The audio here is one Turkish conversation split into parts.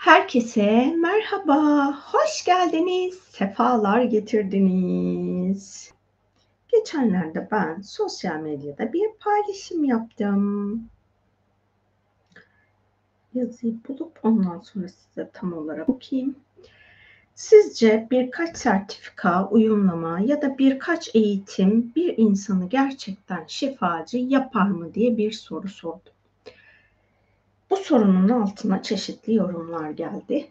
Herkese merhaba, hoş geldiniz, sefalar getirdiniz. Geçenlerde ben sosyal medyada bir paylaşım yaptım. Yazıyı bulup ondan sonra size tam olarak okuyayım. Sizce birkaç sertifika, uyumlama ya da birkaç eğitim bir insanı gerçekten şifacı yapar mı diye bir soru sordum. Bu sorunun altına çeşitli yorumlar geldi.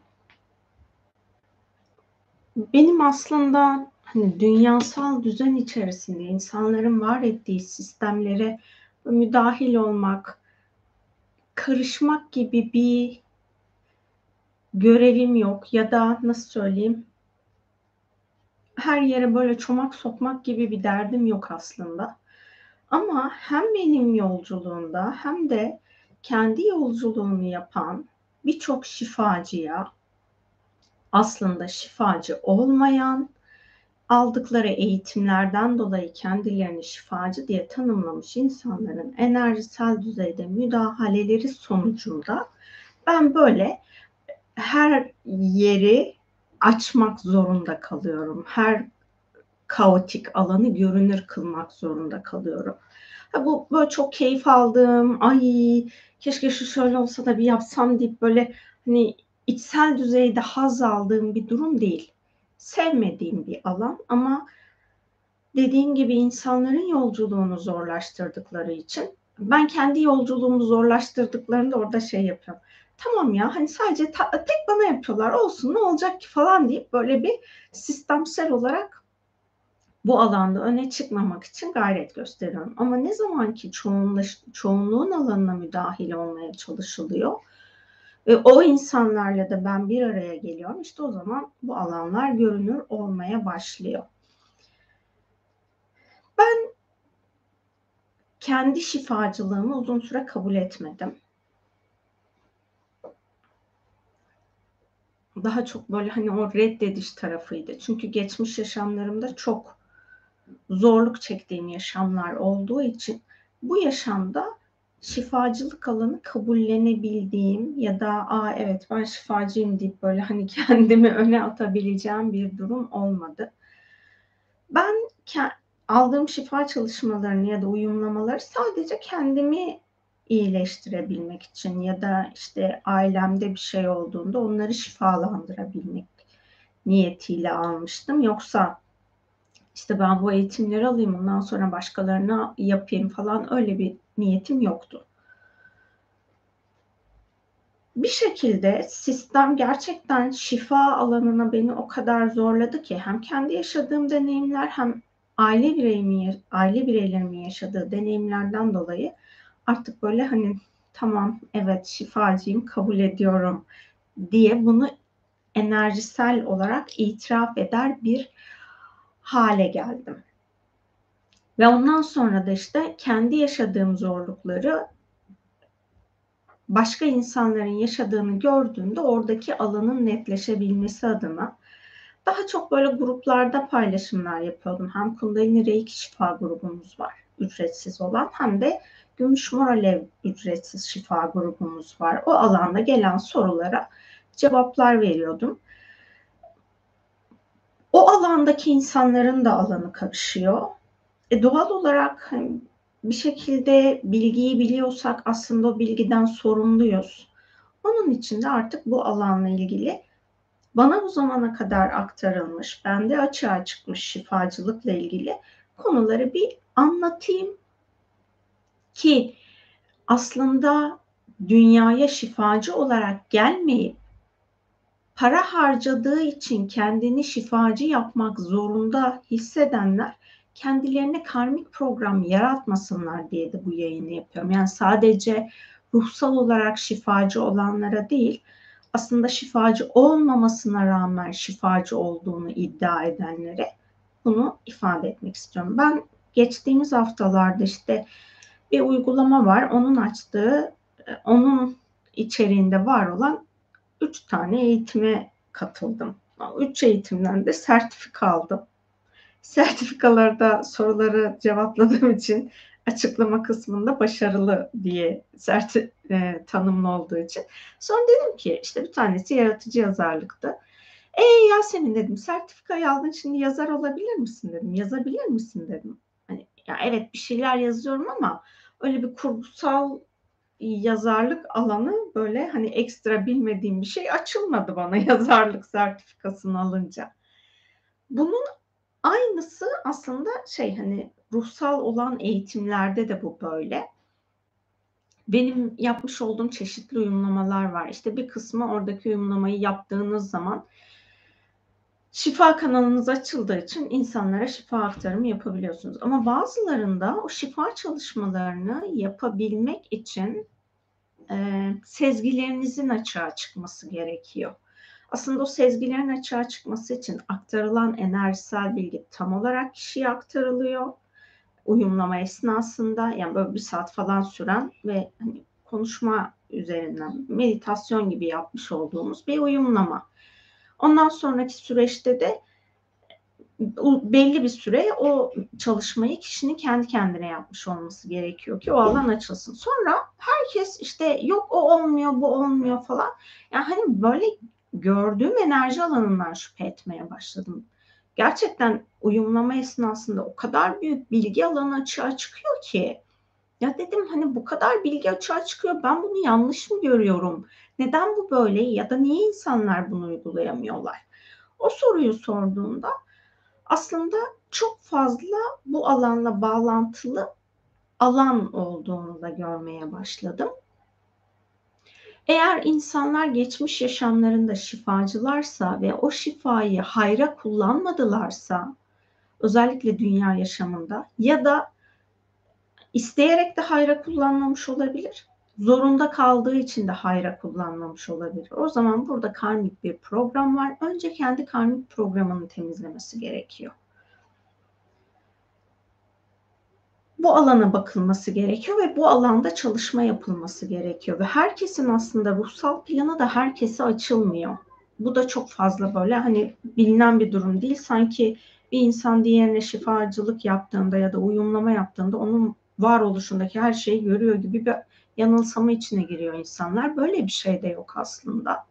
Benim aslında hani dünyasal düzen içerisinde insanların var ettiği sistemlere müdahil olmak, karışmak gibi bir görevim yok ya da nasıl söyleyeyim, her yere böyle çomak sokmak gibi bir derdim yok aslında. Ama hem benim yolculuğumda hem de kendi yolculuğunu yapan birçok şifacıya aslında şifacı olmayan, aldıkları eğitimlerden dolayı kendilerini şifacı diye tanımlamış insanların enerjisel düzeyde müdahaleleri sonucunda ben böyle her yeri açmak zorunda kalıyorum. Her kaotik alanı görünür kılmak zorunda kalıyorum. Bu böyle çok keyif aldığım, ay keşke şu şöyle olsa da bir yapsam deyip böyle hani içsel düzeyde haz aldığım bir durum değil. Sevmediğim bir alan ama dediğin gibi insanların yolculuğunu zorlaştırdıkları için ben kendi yolculuğumu zorlaştırdıklarında orada şey yapıyorum. Tamam ya hani sadece tek bana yapıyorlar olsun ne olacak ki falan deyip böyle bir sistemsel olarak bu alanda öne çıkmamak için gayret gösteriyorum. Ama ne zaman ki çoğunluğun alanına müdahil olmaya çalışılıyor ve o insanlarla da ben bir araya geliyorum işte o zaman bu alanlar görünür olmaya başlıyor. Ben kendi şifacılığımı uzun süre kabul etmedim. Daha çok böyle hani o reddediş tarafıydı. Çünkü geçmiş yaşamlarımda çok zorluk çektiğim yaşamlar olduğu için bu yaşamda şifacılık alanı kabullenebildiğim ya da evet ben şifacıyım deyip böyle hani kendimi öne atabileceğim bir durum olmadı. Ben aldığım şifa çalışmalarını ya da uyumlamaları sadece kendimi iyileştirebilmek için ya da işte ailemde bir şey olduğunda onları şifalandırabilmek niyetiyle almıştım. Yoksa işte ben bu eğitimleri alayım ondan sonra başkalarına yapayım falan öyle bir niyetim yoktu. Bir şekilde sistem gerçekten şifa alanına beni o kadar zorladı ki hem kendi yaşadığım deneyimler hem aile bireylerimin yaşadığı deneyimlerden dolayı artık böyle hani tamam evet şifacıyım kabul ediyorum diye bunu enerjisel olarak itiraf eder bir hale geldim. Ve ondan sonra da işte kendi yaşadığım zorlukları başka insanların yaşadığını gördüğümde oradaki alanın netleşebilmesi adına daha çok böyle gruplarda paylaşımlar yapıyordum. Hem Kundalini Reiki Şifa grubumuz var ücretsiz olan hem de Gümüş Mor Alev ücretsiz şifa grubumuz var. O alanda gelen sorulara cevaplar veriyordum. O alandaki insanların da alanı karışıyor. Doğal olarak bir şekilde bilgiyi biliyorsak aslında o bilgiden sorumluyuz. Onun için de artık bu alanla ilgili bana bu zamana kadar aktarılmış, bende açığa çıkmış şifacılıkla ilgili konuları bir anlatayım ki aslında dünyaya şifacı olarak gelmeyip para harcadığı için kendini şifacı yapmak zorunda hissedenler kendilerine karmik program yaratmasınlar diye de bu yayını yapıyorum. Yani sadece ruhsal olarak şifacı olanlara değil, aslında şifacı olmamasına rağmen şifacı olduğunu iddia edenlere bunu ifade etmek istiyorum. Ben geçtiğimiz haftalarda işte bir uygulama var. Onun içeriğinde var olan 3 tane eğitime katıldım. 3 eğitimden de sertifika aldım. Sertifikalarda soruları cevapladığım için açıklama kısmında başarılı diye tanımlı olduğu için. Sonra dedim ki işte bir tanesi yaratıcı yazarlıktı. Yasemin dedim, sertifikayı aldın, şimdi yazar olabilir misin dedim. Yazabilir misin dedim. Hani ya evet bir şeyler yazıyorum ama öyle bir kurgusal yazarlık alanı böyle hani ekstra bilmediğim bir şey açılmadı bana yazarlık sertifikasını alınca. Bunun aynısı aslında hani ruhsal olan eğitimlerde de bu böyle. Benim yapmış olduğum çeşitli uyumlamalar var. İşte bir kısmı oradaki uyumlamayı yaptığınız zaman şifa kanalınız açıldığı için insanlara şifa aktarımı yapabiliyorsunuz. Ama bazılarında o şifa çalışmalarını yapabilmek için sezgilerinizin açığa çıkması gerekiyor. Aslında o sezgilerin açığa çıkması için aktarılan enerjisel bilgi tam olarak kişiye aktarılıyor. Uyumlama esnasında, yani böyle 1 saat falan süren ve hani konuşma üzerinden meditasyon gibi yapmış olduğumuz bir uyumlama. Ondan sonraki süreçte de belli bir süre o çalışmayı kişinin kendi kendine yapmış olması gerekiyor ki o alan açılsın. Sonra herkes işte yok o olmuyor, bu olmuyor falan. Yani hani böyle gördüğüm enerji alanından şüphe etmeye başladım. Gerçekten uyumlama esnasında o kadar büyük bilgi alanı açığa çıkıyor ki, ya dedim hani bu kadar bilgi açığa çıkıyor, ben bunu yanlış mı görüyorum? Neden bu böyle ya da niye insanlar bunu uygulayamıyorlar? O soruyu sorduğumda aslında çok fazla bu alanla bağlantılı alan olduğunu da görmeye başladım. Eğer insanlar geçmiş yaşamlarında şifacılarsa ve o şifayı hayra kullanmadılarsa, özellikle dünya yaşamında ya da isteyerek de hayra kullanmamış olabilir, zorunda kaldığı için de hayra kullanmamış olabilir. O zaman burada karmik bir program var. Önce kendi karmik programını temizlemesi gerekiyor. Bu alana bakılması gerekiyor ve bu alanda çalışma yapılması gerekiyor. Ve herkesin aslında ruhsal planı da herkese açılmıyor. Bu da çok fazla böyle hani bilinen bir durum değil. Sanki bir insan diğerine şifacılık yaptığında ya da uyumlama yaptığında onun varoluşundaki her şeyi görüyor gibi bir yanılsama içine giriyor insanlar. Böyle bir şey de yok aslında.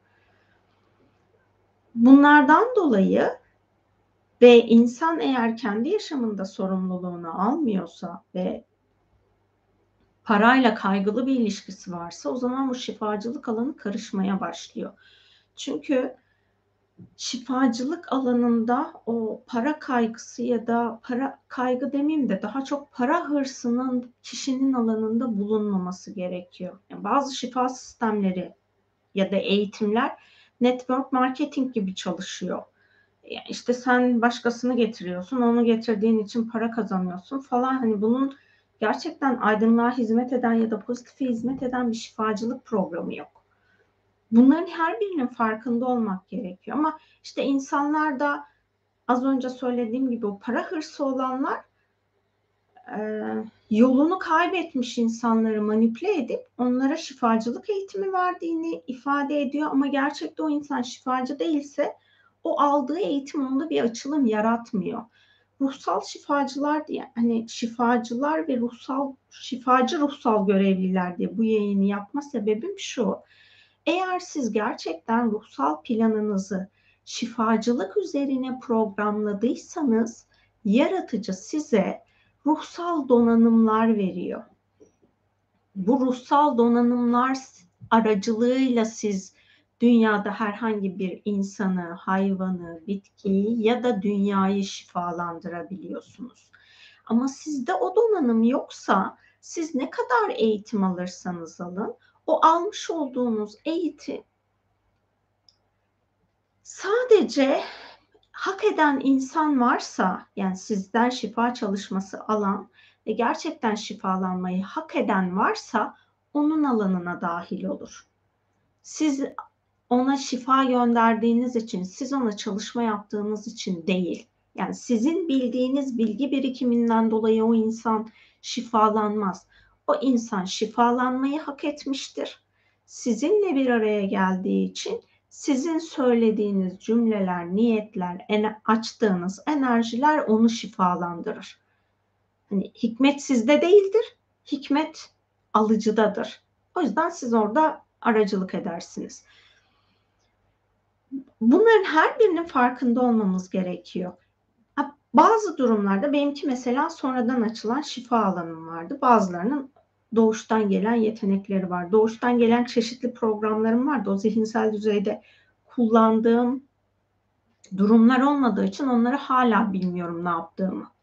Bunlardan dolayı ve insan eğer kendi yaşamında sorumluluğunu almıyorsa ve parayla kaygılı bir ilişkisi varsa, o zaman bu şifacılık alanı karışmaya başlıyor. Çünkü şifacılık alanında o para kaygısı ya da para kaygı demeyeyim de daha çok para hırsının kişinin alanında bulunmaması gerekiyor. Yani bazı şifa sistemleri ya da eğitimler network marketing gibi çalışıyor. Yani işte sen başkasını getiriyorsun, onu getirdiğin için para kazanıyorsun falan. Hani bunun gerçekten aydınlığa hizmet eden ya da pozitife hizmet eden bir şifacılık programı yok. Bunların her birinin farkında olmak gerekiyor. Ama işte insanlar da az önce söylediğim gibi o para hırsı olanlar yolunu kaybetmiş insanları manipüle edip onlara şifacılık eğitimi verdiğini ifade ediyor. Ama gerçekte o insan şifacı değilse o aldığı eğitim onda bir açılım yaratmıyor. Ruhsal şifacılar diye hani şifacılar ve şifacı ruhsal görevliler diye bu yayını yapma sebebim şu. Eğer siz gerçekten ruhsal planınızı şifacılık üzerine programladıysanız, yaratıcı size ruhsal donanımlar veriyor. Bu ruhsal donanımlar aracılığıyla siz dünyada herhangi bir insanı, hayvanı, bitkiyi ya da dünyayı şifalandırabiliyorsunuz. Ama sizde o donanım yoksa siz ne kadar eğitim alırsanız alın, o almış olduğunuz eğitim sadece hak eden insan varsa, yani sizden şifa çalışması alan ve gerçekten şifalanmayı hak eden varsa onun alanına dahil olur. Siz ona şifa gönderdiğiniz için, siz ona çalışma yaptığınız için değil. Yani sizin bildiğiniz bilgi birikiminden dolayı o insan şifalanmaz. O insan şifalanmayı hak etmiştir. Sizinle bir araya geldiği için sizin söylediğiniz cümleler, niyetler, açtığınız enerjiler onu şifalandırır. Hani hikmet sizde değildir, hikmet alıcıdadır. O yüzden siz orada aracılık edersiniz. Bunların her birinin farkında olmamız gerekiyor. Bazı durumlarda benimki mesela sonradan açılan şifa alanım vardı. Bazılarının doğuştan gelen yetenekleri var. Doğuştan gelen çeşitli programlarım vardı. O zihinsel düzeyde kullandığım durumlar olmadığı için onları hala bilmiyorum ne yaptığımı.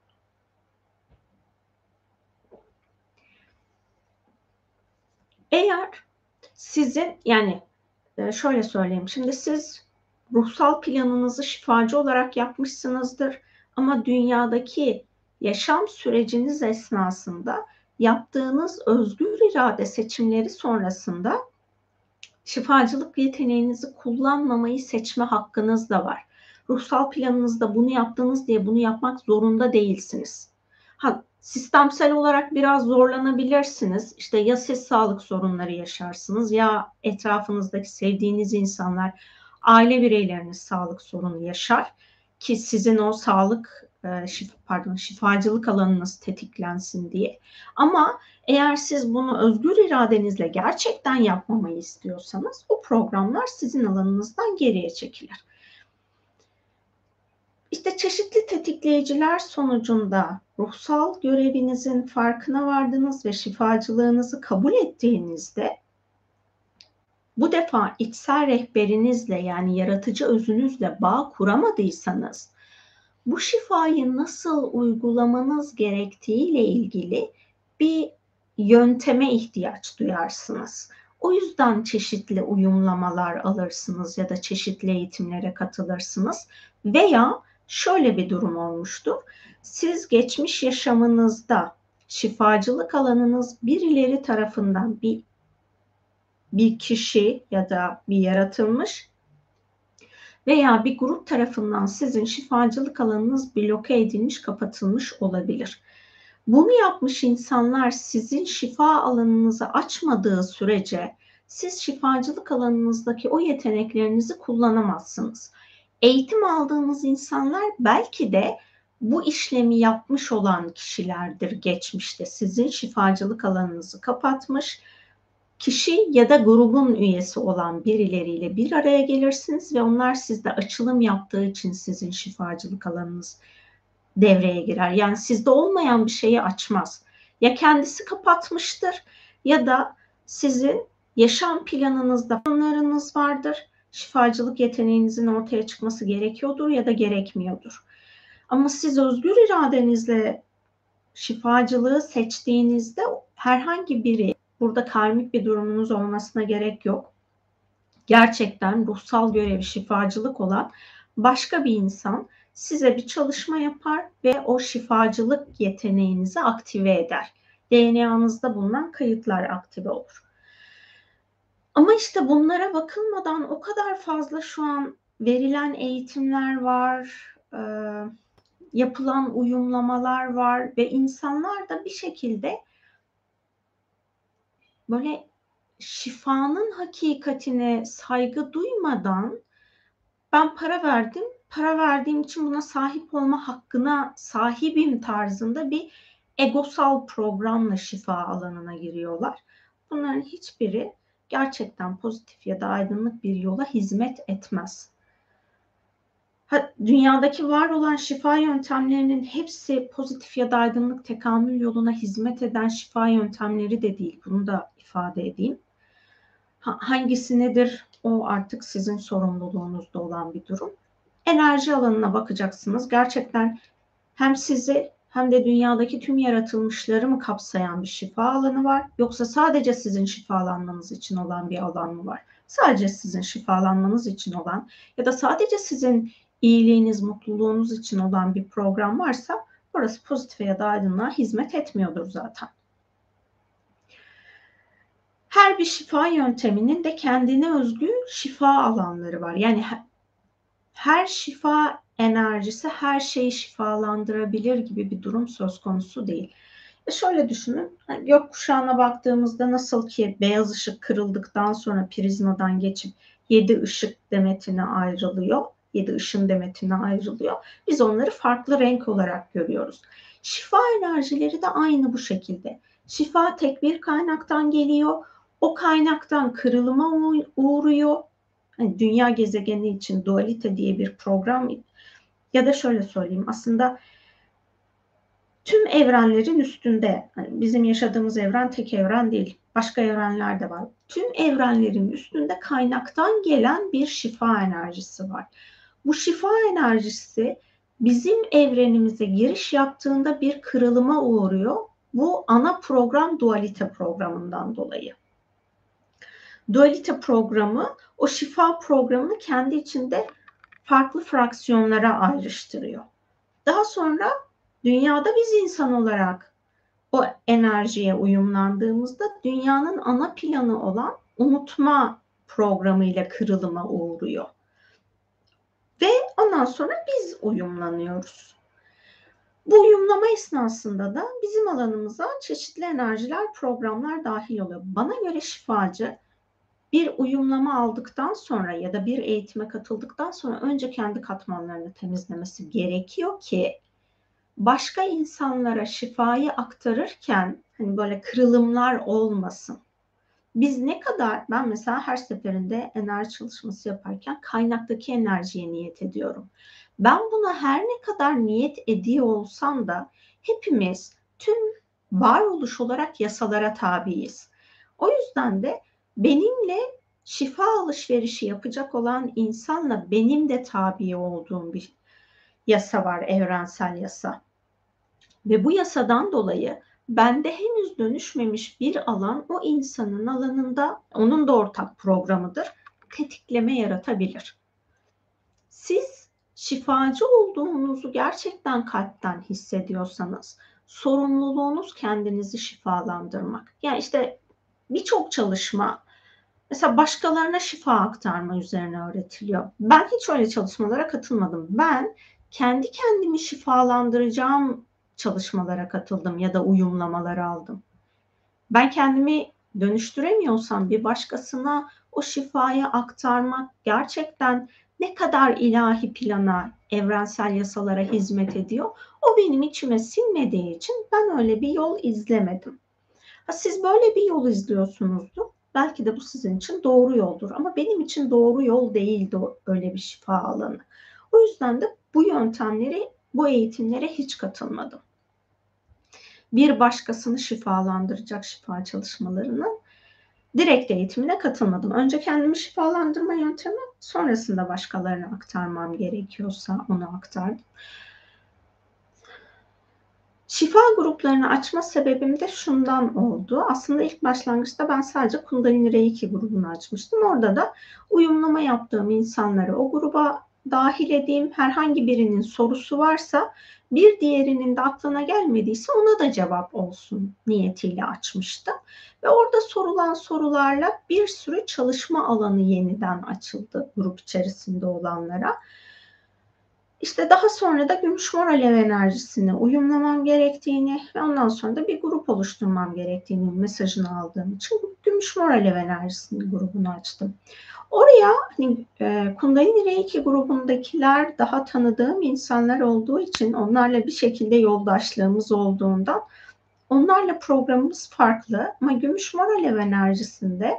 Eğer sizin yani şöyle söyleyeyim. Şimdi siz ruhsal planınızı şifacı olarak yapmışsınızdır. Ama dünyadaki yaşam süreciniz esnasında yaptığınız özgür irade seçimleri sonrasında şifacılık yeteneğinizi kullanmamayı seçme hakkınız da var. Ruhsal planınızda bunu yaptınız diye bunu yapmak zorunda değilsiniz. Sistemsel olarak biraz zorlanabilirsiniz. İşte ya siz sağlık sorunları yaşarsınız ya etrafınızdaki sevdiğiniz insanlar, aile bireyleriniz sağlık sorunu yaşar ki sizin o şifacılık alanınız tetiklensin diye. Ama eğer siz bunu özgür iradenizle gerçekten yapmamayı istiyorsanız o programlar sizin alanınızdan geriye çekilir. İşte çeşitli tetikleyiciler sonucunda ruhsal görevinizin farkına vardınız ve şifacılığınızı kabul ettiğinizde bu defa içsel rehberinizle yani yaratıcı özünüzle bağ kuramadıysanız bu şifayı nasıl uygulamanız gerektiğiyle ilgili bir yönteme ihtiyaç duyarsınız. O yüzden çeşitli uyumlamalar alırsınız ya da çeşitli eğitimlere katılırsınız veya şöyle bir durum olmuştur. Siz geçmiş yaşamınızda şifacılık alanınız birileri tarafından bir kişi ya da bir yaratılmış veya bir grup tarafından sizin şifacılık alanınız bloke edilmiş, kapatılmış olabilir. Bunu yapmış insanlar sizin şifa alanınızı açmadığı sürece siz şifacılık alanınızdaki o yeteneklerinizi kullanamazsınız. Eğitim aldığınız insanlar belki de bu işlemi yapmış olan kişilerdir geçmişte. Sizin şifacılık alanınızı kapatmış kişi ya da grubun üyesi olan birileriyle bir araya gelirsiniz ve onlar sizde açılım yaptığı için sizin şifacılık alanınız devreye girer. Yani sizde olmayan bir şeyi açmaz. Ya kendisi kapatmıştır ya da sizin yaşam planınızda planlarınız vardır. Şifacılık yeteneğinizin ortaya çıkması gerekiyordur ya da gerekmiyordur. Ama siz özgür iradenizle şifacılığı seçtiğinizde herhangi biri, burada karmik bir durumunuz olmasına gerek yok. Gerçekten ruhsal görevi şifacılık olan başka bir insan size bir çalışma yapar ve o şifacılık yeteneğinizi aktive eder. DNA'nızda bulunan kayıtlar aktive olur. Ama işte bunlara bakılmadan o kadar fazla şu an verilen eğitimler var, yapılan uyumlamalar var ve insanlar da bir şekilde böyle şifanın hakikatine saygı duymadan ben para verdim, para verdiğim için buna sahip olma hakkına sahibim tarzında bir egosal programla şifa alanına giriyorlar. Bunların hiçbiri gerçekten pozitif ya da aydınlık bir yola hizmet etmez. Dünyadaki var olan şifa yöntemlerinin hepsi pozitif ya da aydınlık tekamül yoluna hizmet eden şifa yöntemleri de değil. Bunu da ifade edeyim. Hangisi nedir? O artık sizin sorumluluğunuzda olan bir durum. Enerji alanına bakacaksınız. Gerçekten hem sizi hem de dünyadaki tüm yaratılmışları mı kapsayan bir şifa alanı var? Yoksa sadece sizin şifalanmanız için olan bir alan mı var? Sadece sizin şifalanmanız için olan ya da sadece sizin iyiliğiniz, mutluluğunuz için olan bir program varsa orası pozitife ya da aydınlığa hizmet etmiyordur zaten. Her bir şifa yönteminin de kendine özgü şifa alanları var. Yani her şifa enerjisi her şeyi şifalandırabilir gibi bir durum söz konusu değil. Şöyle düşünün, gökkuşağına baktığımızda nasıl ki beyaz ışık kırıldıktan sonra prizmadan geçip 7 ışık demetine ayrılıyor, 7 ışın demetine ayrılıyor. Biz onları farklı renk olarak görüyoruz. Şifa enerjileri de aynı bu şekilde. Şifa tek bir kaynaktan geliyor. O kaynaktan kırılıma uğruyor. Hani dünya gezegeni için dualite diye bir program, ya da şöyle söyleyeyim, aslında tüm evrenlerin üstünde, hani bizim yaşadığımız evren tek evren değil, başka evrenler de var. Tüm evrenlerin üstünde kaynaktan gelen bir şifa enerjisi var. Bu şifa enerjisi bizim evrenimize giriş yaptığında bir kırılıma uğruyor. Bu ana program dualite programından dolayı. Dualite programı o şifa programını kendi içinde farklı fraksiyonlara ayrıştırıyor. Daha sonra dünyada biz insan olarak o enerjiye uyumlandığımızda dünyanın ana planı olan unutma programıyla kırılıma uğruyor. Ve ondan sonra biz uyumlanıyoruz. Bu uyumlama esnasında da bizim alanımıza çeşitli enerjiler, programlar dahil oluyor. Bana göre şifacı bir uyumlama aldıktan sonra ya da bir eğitime katıldıktan sonra önce kendi katmanlarını temizlemesi gerekiyor ki başka insanlara şifayı aktarırken hani böyle kırılımlar olmasın. Biz ne kadar, ben mesela her seferinde enerji çalışması yaparken kaynaktaki enerjiye niyet ediyorum. Ben buna her ne kadar niyet ediyor olsam da hepimiz tüm varoluş olarak yasalara tabiiz. O yüzden de benimle şifa alışverişi yapacak olan insanla benim de tabi olduğum bir yasa var, evrensel yasa. Ve bu yasadan dolayı bende henüz dönüşmemiş bir alan o insanın alanında, onun da ortak programıdır, tetikleme yaratabilir. Siz şifacı olduğunuzu gerçekten kalpten hissediyorsanız sorumluluğunuz kendinizi şifalandırmak. Yani işte birçok çalışma mesela başkalarına şifa aktarma üzerine öğretiliyor. Ben hiç öyle çalışmalara katılmadım. Ben kendi kendimi şifalandıracağım çalışmalara katıldım ya da uyumlamalar aldım. Ben kendimi dönüştüremiyorsam bir başkasına o şifayı aktarmak gerçekten ne kadar ilahi plana, evrensel yasalara hizmet ediyor, o benim içime sinmediği için ben öyle bir yol izlemedim. Siz böyle bir yol izliyorsunuzdur. Belki de bu sizin için doğru yoldur. Ama benim için doğru yol değildi öyle bir şifa alanı. O yüzden de bu yöntemleri, bu eğitimlere hiç katılmadım. Bir başkasını şifalandıracak şifa çalışmalarının direkt eğitimine katılmadım. Önce kendimi şifalandırma yöntemi, sonrasında başkalarına aktarmam gerekiyorsa onu aktardım. Şifa gruplarını açma sebebim de şundan oldu. Aslında ilk başlangıçta ben sadece Kundalini Reiki grubunu açmıştım. Orada da uyumlama yaptığım insanları o gruba dahil edeyim. Herhangi birinin sorusu varsa, bir diğerinin de aklına gelmediyse ona da cevap olsun niyetiyle açmıştım. Ve orada sorulan sorularla bir sürü çalışma alanı yeniden açıldı grup içerisinde olanlara. İşte daha sonra da gümüş mor alev enerjisini uyumlamam gerektiğini ve ondan sonra da bir grup oluşturmam gerektiğini mesajını aldığım için gümüş mor alev enerjisini grubunu açtım. Oraya hani, Kundalini Reiki grubundakiler daha tanıdığım insanlar olduğu için, onlarla bir şekilde yoldaşlığımız olduğundan onlarla programımız farklı, ama gümüş mor alev enerjisinde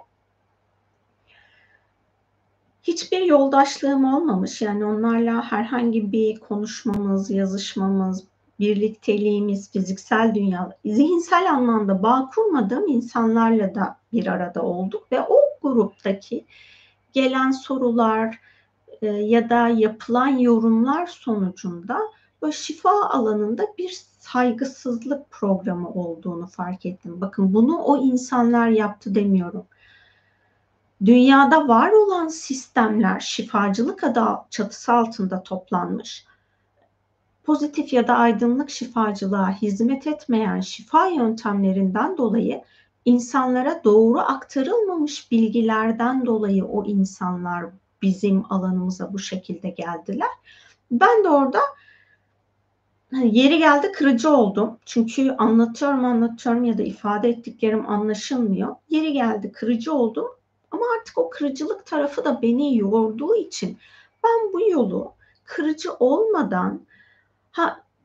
hiçbir yoldaşlığım olmamış. Yani onlarla herhangi bir konuşmamız, yazışmamız, birlikteliğimiz, fiziksel dünya, zihinsel anlamda bağ kurmadığım insanlarla da bir arada olduk ve o gruptaki gelen sorular ya da yapılan yorumlar sonucunda böyle şifa alanında bir saygısızlık programı olduğunu fark ettim. Bakın, bunu o insanlar yaptı demiyorum. Dünyada var olan sistemler şifacılık adı çatısı altında toplanmış, pozitif ya da aydınlık şifacılığa hizmet etmeyen şifa yöntemlerinden dolayı, insanlara doğru aktarılmamış bilgilerden dolayı o insanlar bizim alanımıza bu şekilde geldiler. Ben de orada yeri geldi kırıcı oldum. Çünkü anlatıyorum ya da ifade ettiklerim anlaşılmıyor. Yeri geldi kırıcı oldum. Ama artık o kırıcılık tarafı da beni yorduğu için ben bu yolu kırıcı olmadan,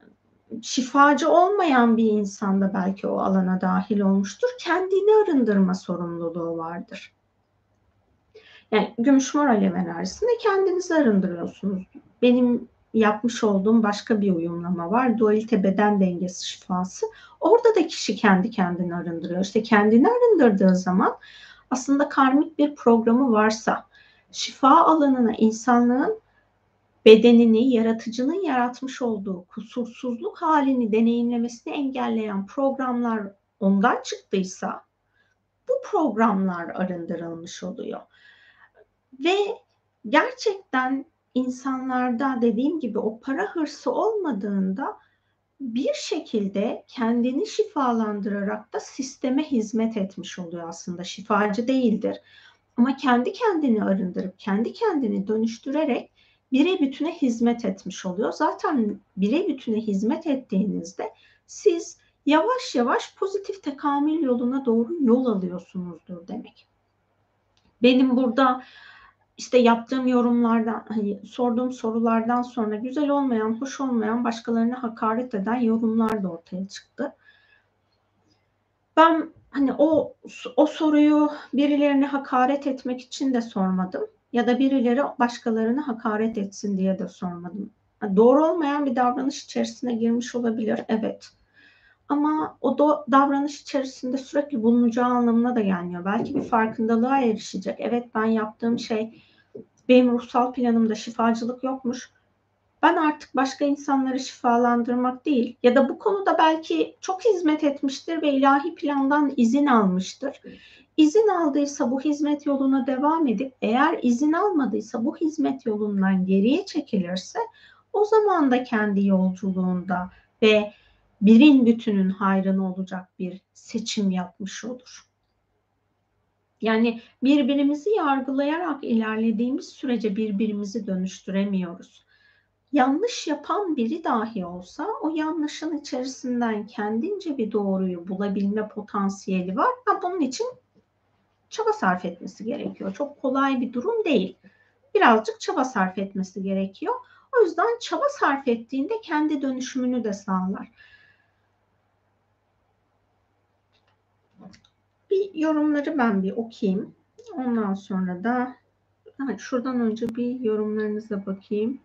şifacı olmayan bir insan da belki o alana dahil olmuştur. Kendini arındırma sorumluluğu vardır. Yani gümüşmor alev enerjisinde kendinizi arındırıyorsunuz. Benim yapmış olduğum başka bir uyumlama var. Dualite beden dengesi şifası. Orada da kişi kendi kendini arındırıyor. İşte kendini arındırdığı zaman aslında karmik bir programı varsa şifa alanına insanlığın bedenini, yaratıcının yaratmış olduğu kusursuzluk halini deneyimlemesini engelleyen programlar ondan çıktıysa bu programlar arındırılmış oluyor. Ve gerçekten insanlarda dediğim gibi o para hırsı olmadığında bir şekilde kendini şifalandırarak da sisteme hizmet etmiş oluyor aslında. Şifacı değildir. Ama kendi kendini arındırıp, kendi kendini dönüştürerek birey bütüne hizmet etmiş oluyor. Zaten birey bütüne hizmet ettiğinizde siz yavaş yavaş pozitif tekamül yoluna doğru yol alıyorsunuzdur demek. Benim burada işte yaptığım yorumlardan, hani sorduğum sorulardan sonra güzel olmayan, hoş olmayan, başkalarına hakaret eden yorumlar da ortaya çıktı. Ben hani o soruyu birilerine hakaret etmek için de sormadım ya da birileri başkalarına hakaret etsin diye de sormadım. Doğru olmayan bir davranış içerisine girmiş olabilir, evet. Ama o davranış içerisinde sürekli bulunacağı anlamına da gelmiyor. Belki bir farkındalığa erişecek. Evet, ben yaptığım şey, benim ruhsal planımda şifacılık yokmuş. Ben artık başka insanları şifalandırmak değil ya da bu konuda belki çok hizmet etmiştir ve ilahi plandan izin almıştır. İzin aldıysa bu hizmet yoluna devam edip eğer izin almadıysa bu hizmet yolundan geriye çekilirse o zaman da kendi yolculuğunda ve birin bütünün hayrına olacak bir seçim yapmış olur. Yani birbirimizi yargılayarak ilerlediğimiz sürece birbirimizi dönüştüremiyoruz. Yanlış yapan biri dahi olsa o yanlışın içerisinden kendince bir doğruyu bulabilme potansiyeli var. Bunun için çaba sarf etmesi gerekiyor. Çok kolay bir durum değil. Birazcık çaba sarf etmesi gerekiyor. O yüzden çaba sarf ettiğinde kendi dönüşümünü de sağlar. Bir yorumları ben bir okuyayım. Ondan sonra da şuradan önce bir yorumlarınıza bakayım.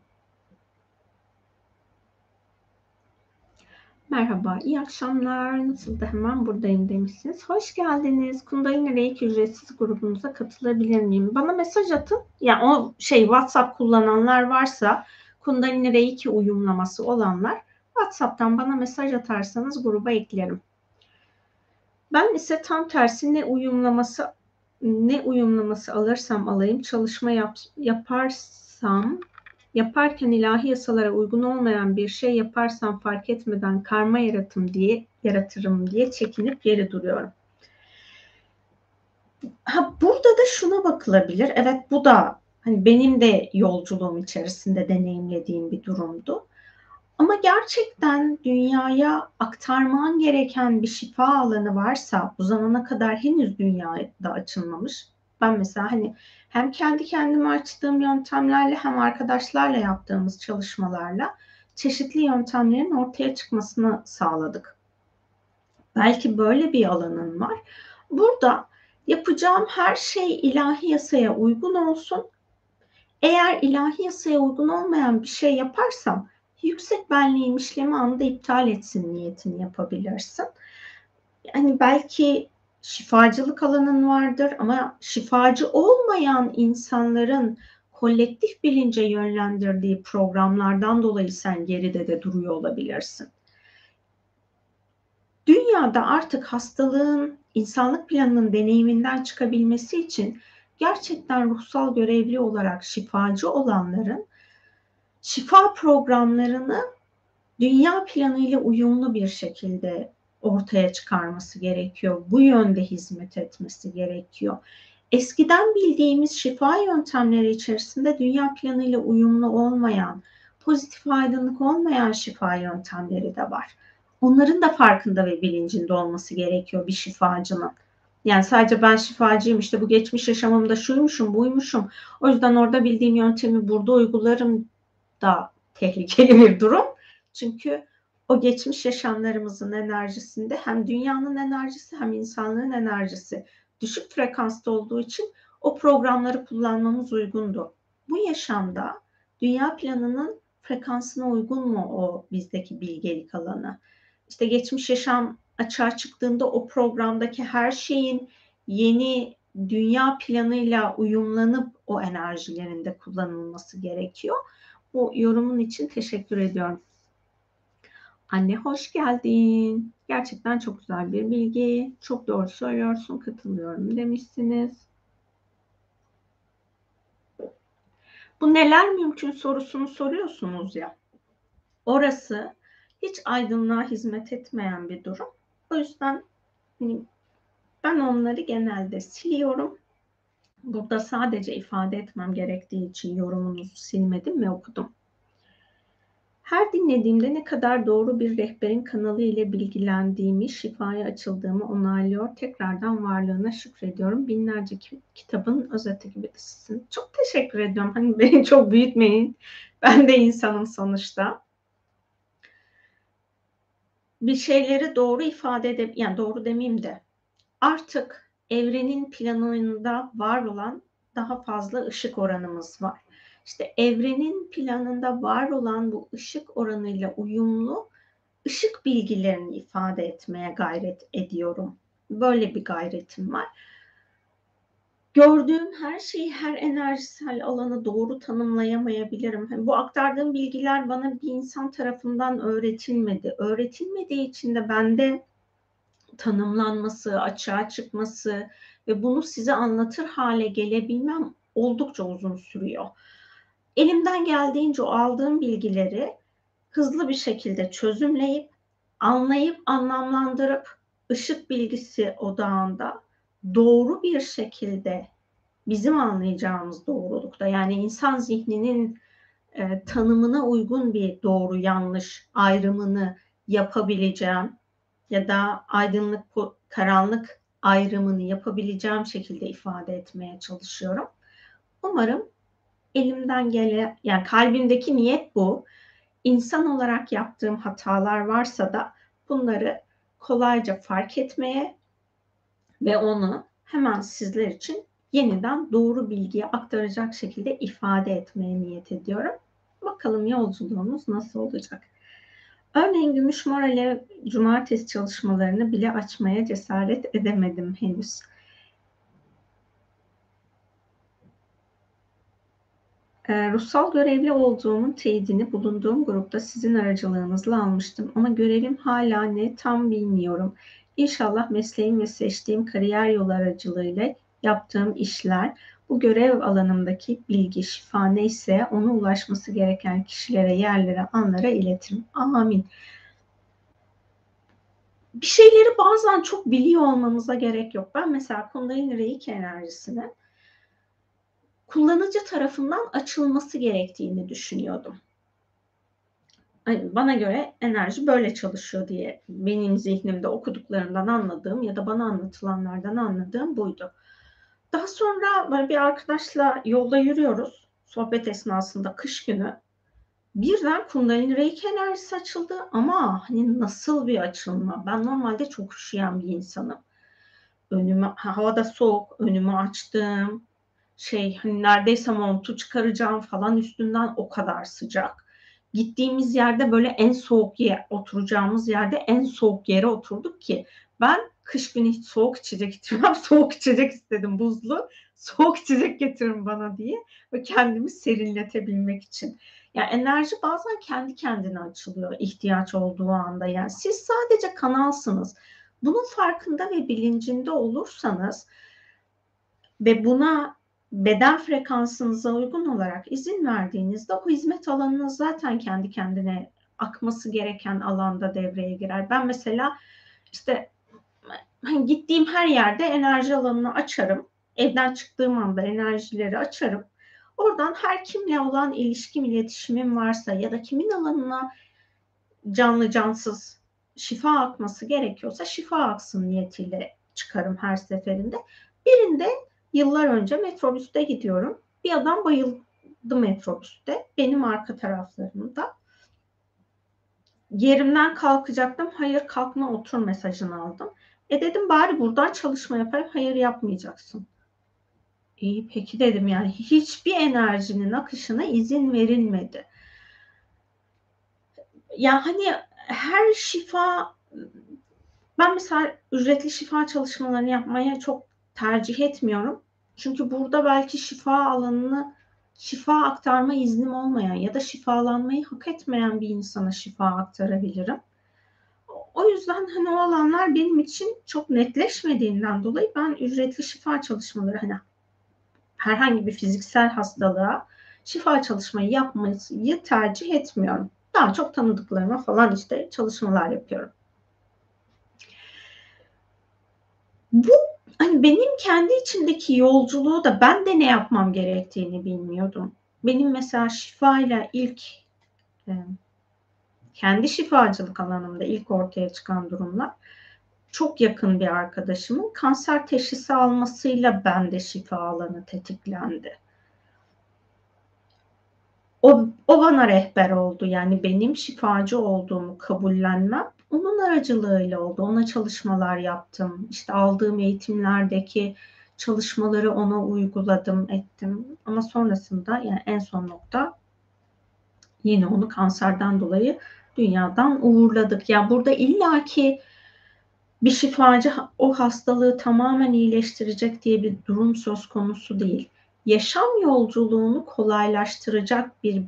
Merhaba, iyi akşamlar. Nasıldı? Hemen buradayım demişsiniz. Hoş geldiniz. Kundalini Reiki ücretsiz grubumuza katılabilir miyim? Bana mesaj atın. Yani o WhatsApp kullananlar varsa, Kundalini Reiki uyumlaması olanlar WhatsApp'tan bana mesaj atarsanız gruba eklerim. Ben ise tam tersi ne uyumlaması alırsam alayım, çalışma yaparken ilahi yasalara uygun olmayan bir şey yaparsam fark etmeden karma yaratırım diye çekinip geri duruyorum. Burada da şuna bakılabilir. Evet, bu da hani benim de yolculuğum içerisinde deneyimlediğim bir durumdu. Ama gerçekten dünyaya aktarman gereken bir şifa alanı varsa, bu zamana kadar henüz dünyada açılmamış. Ben mesela hani hem kendi kendime açtığım yöntemlerle hem arkadaşlarla yaptığımız çalışmalarla çeşitli yöntemlerin ortaya çıkmasını sağladık. Belki böyle bir alanın var. Burada yapacağım her şey ilahi yasaya uygun olsun. Eğer ilahi yasaya uygun olmayan bir şey yaparsam yüksek benliğim işlemi anında iptal etsin niyetini yapabilirsin. Yani belki şifacılık alanın vardır ama şifacı olmayan insanların kolektif bilince yönlendirdiği programlardan dolayı sen geride de duruyor olabilirsin. Dünyada artık hastalığın, insanlık planının deneyiminden çıkabilmesi için gerçekten ruhsal görevli olarak şifacı olanların şifa programlarını dünya planıyla uyumlu bir şekilde ortaya çıkarması gerekiyor. Bu yönde hizmet etmesi gerekiyor. Eskiden bildiğimiz şifa yöntemleri içerisinde dünya planıyla uyumlu olmayan, pozitif aydınlık olmayan şifa yöntemleri de var. Onların da farkında ve bilincinde olması gerekiyor bir şifacının. Yani sadece ben şifacıyım, işte bu geçmiş yaşamımda şuymuşum, buymuşum, o yüzden orada bildiğim yöntemi burada uygularım da tehlikeli bir durum. Çünkü o geçmiş yaşamlarımızın enerjisinde hem dünyanın enerjisi hem insanlığın enerjisi düşük frekansta olduğu için o programları kullanmamız uygundu. Bu yaşamda dünya planının frekansına uygun mu o bizdeki bilgelik alanı? İşte geçmiş yaşam açığa çıktığında o programdaki her şeyin yeni dünya planıyla uyumlanıp o enerjilerin de kullanılması gerekiyor. Bu yorumun için teşekkür ediyorum. Anne hoş geldin. Gerçekten çok güzel bir bilgi. Çok doğru söylüyorsun, katılıyorum demişsiniz. Bu neler mümkün sorusunu soruyorsunuz ya. Orası hiç aydınlığa hizmet etmeyen bir durum. O yüzden ben onları genelde siliyorum. Burada sadece ifade etmem gerektiği için yorumunuzu silmedim ve okudum. Her dinlediğimde ne kadar doğru bir rehberin kanalı ile bilgilendiğimi, şifaya açıldığımı onaylıyor. Tekrardan varlığına şükrediyorum. Binlerce kitabın özeti gibi sizin. Çok teşekkür ediyorum. Hani beni çok büyütmeyin. Ben de insanım sonuçta. Bir şeyleri doğru ifade edip, yani doğru demeyeyim de artık evrenin planında var olan daha fazla ışık oranımız var. İşte evrenin planında var olan bu ışık oranıyla uyumlu ışık bilgilerini ifade etmeye gayret ediyorum. Böyle bir gayretim var. Gördüğüm her şeyi, her enerjisel alanı doğru tanımlayamayabilirim. Yani bu aktardığım bilgiler bana bir insan tarafından öğretilmedi. Öğretilmediği için de bende tanımlanması, açığa çıkması ve bunu size anlatır hale gelebilmem oldukça uzun sürüyor. Elimden geldiğince o aldığım bilgileri hızlı bir şekilde çözümleyip, anlayıp, anlamlandırıp, ışık bilgisi odağında doğru bir şekilde bizim anlayacağımız doğrulukta, yani insan zihninin tanımına uygun bir doğru yanlış ayrımını yapabileceğim ya da aydınlık karanlık ayrımını yapabileceğim şekilde ifade etmeye çalışıyorum. Umarım elimden gelen, yani kalbimdeki niyet bu. İnsan olarak yaptığım hatalar varsa da bunları kolayca fark etmeye ve onu hemen sizler için yeniden doğru bilgiye aktaracak şekilde ifade etmeye niyet ediyorum. Bakalım yolculuğumuz nasıl olacak? Örneğin Gümüş Moral'e cumartesi çalışmalarını bile açmaya cesaret edemedim henüz. Ruhsal görevli olduğumun teyidini bulunduğum grupta sizin aracılığınızla almıştım. Ama görevim hala ne tam bilmiyorum. İnşallah mesleğim ve seçtiğim kariyer yolu aracılığıyla yaptığım işler, bu görev alanımdaki bilgi, şifa neyse ona ulaşması gereken kişilere, yerlere, anlara iletirim. Amin. Bir şeyleri bazen çok biliyor olmamıza gerek yok. Ben mesela Kundalini Reiki enerjisini kullanıcı tarafından açılması gerektiğini düşünüyordum. Bana göre enerji böyle çalışıyor diye benim zihnimde okuduklarımdan anladığım ya da bana anlatılanlardan anladığım buydu. Daha sonra böyle bir arkadaşla yolda yürüyoruz. Sohbet esnasında kış günü. Birden Kundalini Reiki enerjisi açıldı ama hani nasıl bir açılma? Ben normalde çok üşüyen bir insanım. Havada soğuk, önümü açtım. Hani neredeyse montu çıkaracağım falan, üstünden o kadar sıcak. Gittiğimiz yerde böyle en soğuk yer, oturacağımız yerde en soğuk yere oturduk ki ben kış günü hiç soğuk içecek içmem. Soğuk içecek istedim, buzlu. Soğuk içecek getirin bana diye ve kendimi serinletebilmek için. Yani enerji bazen kendi kendine açılıyor ihtiyaç olduğu anda. Yani siz sadece kanalsınız. Bunun farkında ve bilincinde olursanız ve buna beden frekansınıza uygun olarak izin verdiğinizde o hizmet alanınız zaten kendi kendine akması gereken alanda devreye girer. Ben mesela işte gittiğim her yerde enerji alanını açarım. Evden çıktığım anda enerjileri açarım. Oradan her kimle olan ilişkim, iletişimim varsa ya da kimin alanına canlı cansız şifa akması gerekiyorsa şifa aksın niyetiyle çıkarım her seferinde. Birinde yıllar önce metrobüste gidiyorum. Bir adam bayıldı metrobüste. Benim arka taraflarımda. Yerimden kalkacaktım. Hayır kalkma otur mesajını aldım. Dedim bari buradan çalışma yapayım. Hayır yapmayacaksın. İyi peki dedim, yani hiçbir enerjinin akışına izin verilmedi. Ya hani her şifa, ben mesela ücretli şifa çalışmalarını yapmaya çok tercih etmiyorum. Çünkü burada belki şifa alanını, şifa aktarma iznim olmayan ya da şifalanmayı hak etmeyen bir insana şifa aktarabilirim. O yüzden hani o alanlar benim için çok netleşmediğinden dolayı ben ücretli şifa çalışmaları, hani herhangi bir fiziksel hastalığa şifa çalışmayı yapmayı tercih etmiyorum. Daha çok tanıdıklarıma falan işte çalışmalar yapıyorum. Bu hani benim kendi içimdeki yolculuğu da, ben de ne yapmam gerektiğini bilmiyordum. Benim mesela şifayla ilk kendi şifacılık alanımda ilk ortaya çıkan durumlar, çok yakın bir arkadaşımın kanser teşhisi almasıyla bende şifa alanı tetiklendi. O bana rehber oldu. Yani benim şifacı olduğumu kabullenmem onun aracılığıyla oldu. Ona çalışmalar yaptım. İşte aldığım eğitimlerdeki çalışmaları ona uyguladım, ettim. Ama sonrasında yani en son nokta, yine onu kanserden dolayı dünyadan uğurladık. Ya burada illaki bir şifacı o hastalığı tamamen iyileştirecek diye bir durum söz konusu değil. Yaşam yolculuğunu kolaylaştıracak bir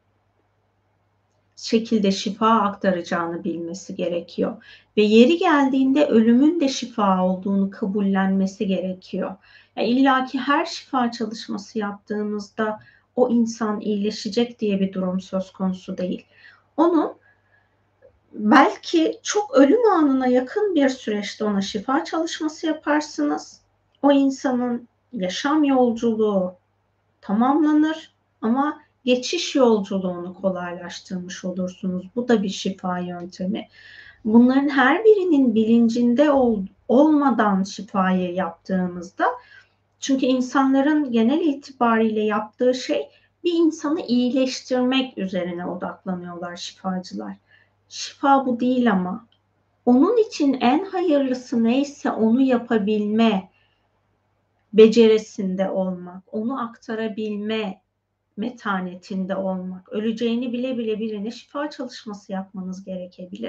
şekilde şifa aktaracağını bilmesi gerekiyor. Ve yeri geldiğinde ölümün de şifa olduğunu kabullenmesi gerekiyor. Yani İlla ki her şifa çalışması yaptığınızda o insan iyileşecek diye bir durum söz konusu değil. Onu belki çok ölüm anına yakın bir süreçte ona şifa çalışması yaparsınız. O insanın yaşam yolculuğu tamamlanır ama geçiş yolculuğunu kolaylaştırmış olursunuz. Bu da bir şifa yöntemi. Bunların her birinin bilincinde olmadan şifayı yaptığımızda, çünkü insanların genel itibariyle yaptığı şey bir insanı iyileştirmek üzerine odaklanıyorlar şifacılar. Şifa bu değil ama onun için en hayırlısı neyse onu yapabilme becerisinde olmak, onu aktarabilme metanetinde olmak. Öleceğini bile bile birine şifa çalışması yapmanız gerekebilir.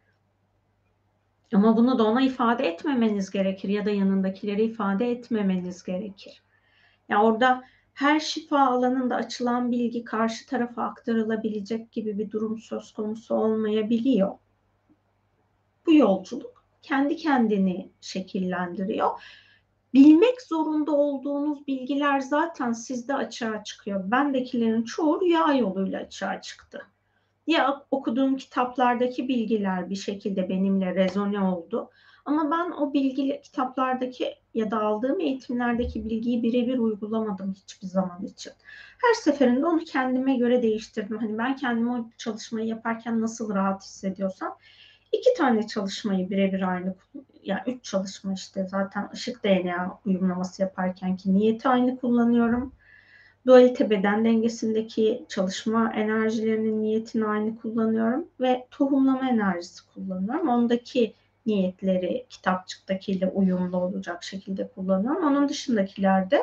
Ama bunu da ona ifade etmemeniz gerekir ya da yanındakileri ifade etmemeniz gerekir. Yani orada her şifa alanında açılan bilgi karşı tarafa aktarılabilecek gibi bir durum söz konusu olmayabiliyor. Bu yolculuk kendi kendini şekillendiriyor. Bilmek zorunda olduğunuz bilgiler zaten sizde açığa çıkıyor. Bendekilerin çoğu rüya yoluyla açığa çıktı. Ya okuduğum kitaplardaki bilgiler bir şekilde benimle rezone oldu. Ama ben o kitaplardaki ya da aldığım eğitimlerdeki bilgiyi birebir uygulamadım hiçbir zaman için. Her seferinde onu kendime göre değiştirdim. Hani ben kendime o çalışmayı yaparken nasıl rahat hissediyorsam, 2 tane çalışmayı birebir aynı, yani 3 çalışma işte, zaten ışık DNA uyumlaması yaparken ki niyeti aynı kullanıyorum. Dualite beden dengesindeki çalışma enerjilerinin niyetini aynı kullanıyorum ve tohumlama enerjisi kullanıyorum. Ondaki niyetleri kitapçıktakiyle uyumlu olacak şekilde kullanıyorum. Onun dışındakilerde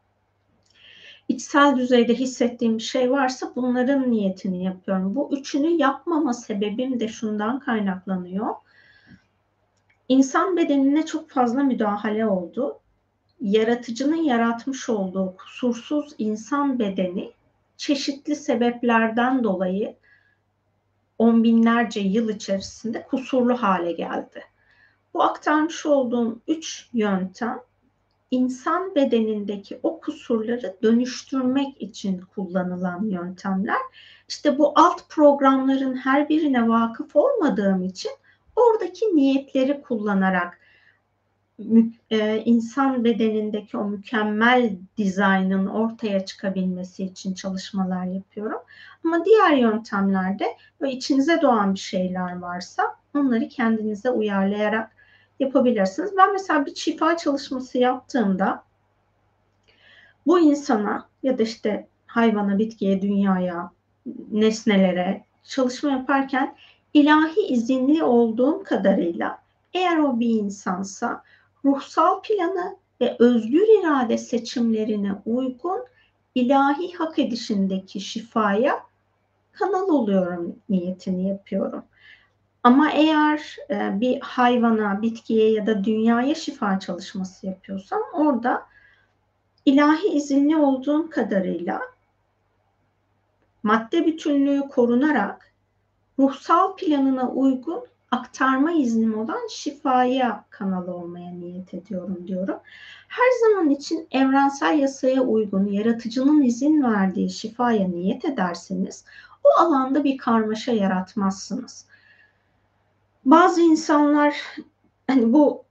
içsel düzeyde hissettiğim bir şey varsa bunların niyetini yapıyorum. Bu üçünü yapmama sebebim de şundan kaynaklanıyor. İnsan bedenine çok fazla müdahale oldu. Yaratıcının yaratmış olduğu kusursuz insan bedeni çeşitli sebeplerden dolayı on binlerce yıl içerisinde kusurlu hale geldi. Bu aktarmış olduğum 3 yöntem insan bedenindeki o kusurları dönüştürmek için kullanılan yöntemler. İşte bu alt programların her birine vakıf olmadığım için oradaki niyetleri kullanarak insan bedenindeki o mükemmel dizaynın ortaya çıkabilmesi için çalışmalar yapıyorum. Ama diğer yöntemlerde böyle içinize doğan bir şeyler varsa onları kendinize uyarlayarak yapabilirsiniz. Ben mesela bir şifa çalışması yaptığımda bu insana ya da işte hayvana, bitkiye, dünyaya, nesnelere çalışma yaparken ilahi izinli olduğum kadarıyla eğer o bir insansa ruhsal planı ve özgür irade seçimlerine uygun ilahi hak edişindeki şifaya kanal oluyorum niyetini yapıyorum. Ama eğer bir hayvana, bitkiye ya da dünyaya şifa çalışması yapıyorsam orada ilahi izinli olduğum kadarıyla madde bütünlüğü korunarak ruhsal planına uygun aktarma iznim olan şifaya kanal olmaya niyet ediyorum diyorum. Her zaman için evrensel yasaya uygun, yaratıcının izin verdiği şifaya niyet ederseniz o alanda bir karmaşa yaratmazsınız. Bazı insanlar hani bu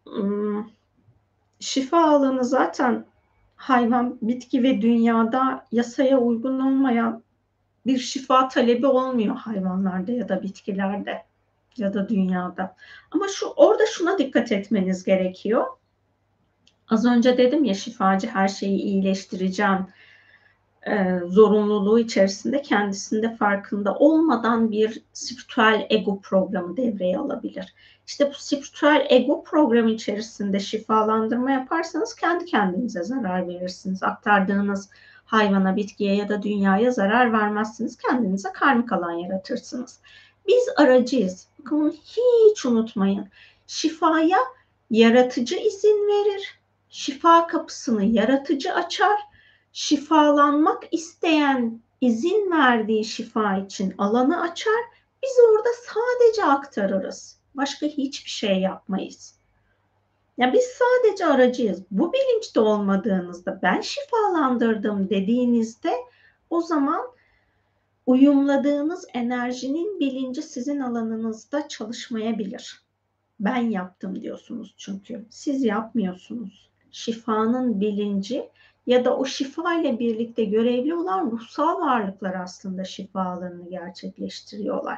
şifa alanı zaten hayvan, bitki ve dünyada yasaya uygun olmayan bir şifa talebi olmuyor hayvanlarda ya da bitkilerde ya da dünyada. Ama orada şuna dikkat etmeniz gerekiyor. Az önce dedim ya şifacı her şeyi iyileştireceğim zorunluluğu içerisinde kendisinde farkında olmadan bir spiritüel ego programı devreye alabilir. İşte bu spiritüel ego programı içerisinde şifalandırma yaparsanız kendi kendinize zarar verirsiniz. Aktardığınız hayvana, bitkiye ya da dünyaya zarar vermezsiniz. Kendinize karmik alan yaratırsınız. Biz aracıyız. Bakın bunu hiç unutmayın. Şifaya yaratıcı izin verir. Şifa kapısını yaratıcı açar. Şifalanmak isteyen izin verdiği şifa için alanı açar. Biz orada sadece aktarırız. Başka hiçbir şey yapmayız. Ya biz sadece aracıyız. Bu bilinçte olmadığınızda ben şifalandırdım dediğinizde o zaman uyumladığınız enerjinin bilinci sizin alanınızda çalışmayabilir. Ben yaptım diyorsunuz çünkü. Siz yapmıyorsunuz. Şifanın bilinci ya da o şifa ile birlikte görevli olan ruhsal varlıklar aslında şifa alanını gerçekleştiriyorlar.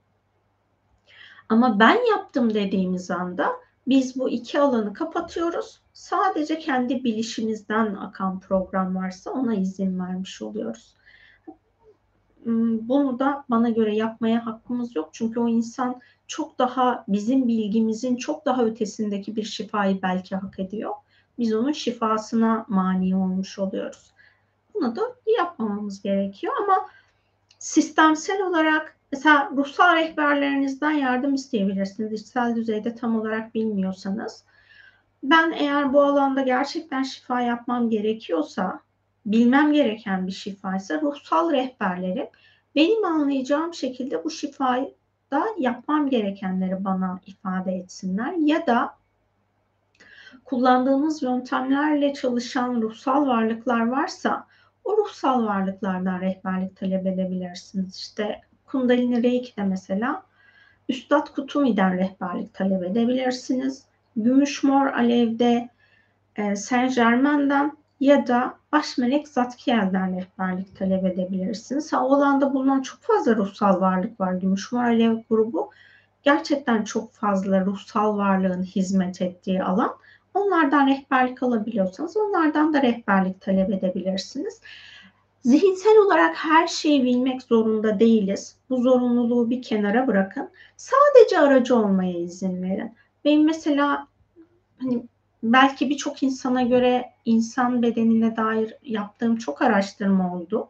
Ama ben yaptım dediğimiz anda biz bu iki alanı kapatıyoruz. Sadece kendi bilişimizden akan program varsa ona izin vermiş oluyoruz. Bunu da bana göre yapmaya hakkımız yok. Çünkü o insan çok daha bizim bilgimizin çok daha ötesindeki bir şifayı belki hak ediyor. Biz onun şifasına mani olmuş oluyoruz. Bunu da yapmamamız gerekiyor ama sistemsel olarak mesela ruhsal rehberlerinizden yardım isteyebilirsiniz. İçsel düzeyde tam olarak bilmiyorsanız. Ben eğer bu alanda gerçekten şifa yapmam gerekiyorsa, bilmem gereken bir şifaysa ruhsal rehberlerim benim anlayacağım şekilde bu şifayı da yapmam gerekenleri bana ifade etsinler ya da kullandığımız yöntemlerle çalışan ruhsal varlıklar varsa o ruhsal varlıklardan rehberlik talep edebilirsiniz. İşte Kundalini Reiki'de mesela Üstad Kutumi'den rehberlik talep edebilirsiniz. Gümüşmor Alev'de Saint Germain'den ya da baş melek Zadkiel'den rehberlik talep edebilirsiniz. O alanda bulunan çok fazla ruhsal varlık var. Gümüşmor Alev grubu gerçekten çok fazla ruhsal varlığın hizmet ettiği alan. Onlardan rehberlik alabiliyorsanız onlardan da rehberlik talep edebilirsiniz. Zihinsel olarak her şeyi bilmek zorunda değiliz. Bu zorunluluğu bir kenara bırakın. Sadece aracı olmaya izin verin. Benim mesela hani belki birçok insana göre insan bedenine dair yaptığım çok araştırma oldu.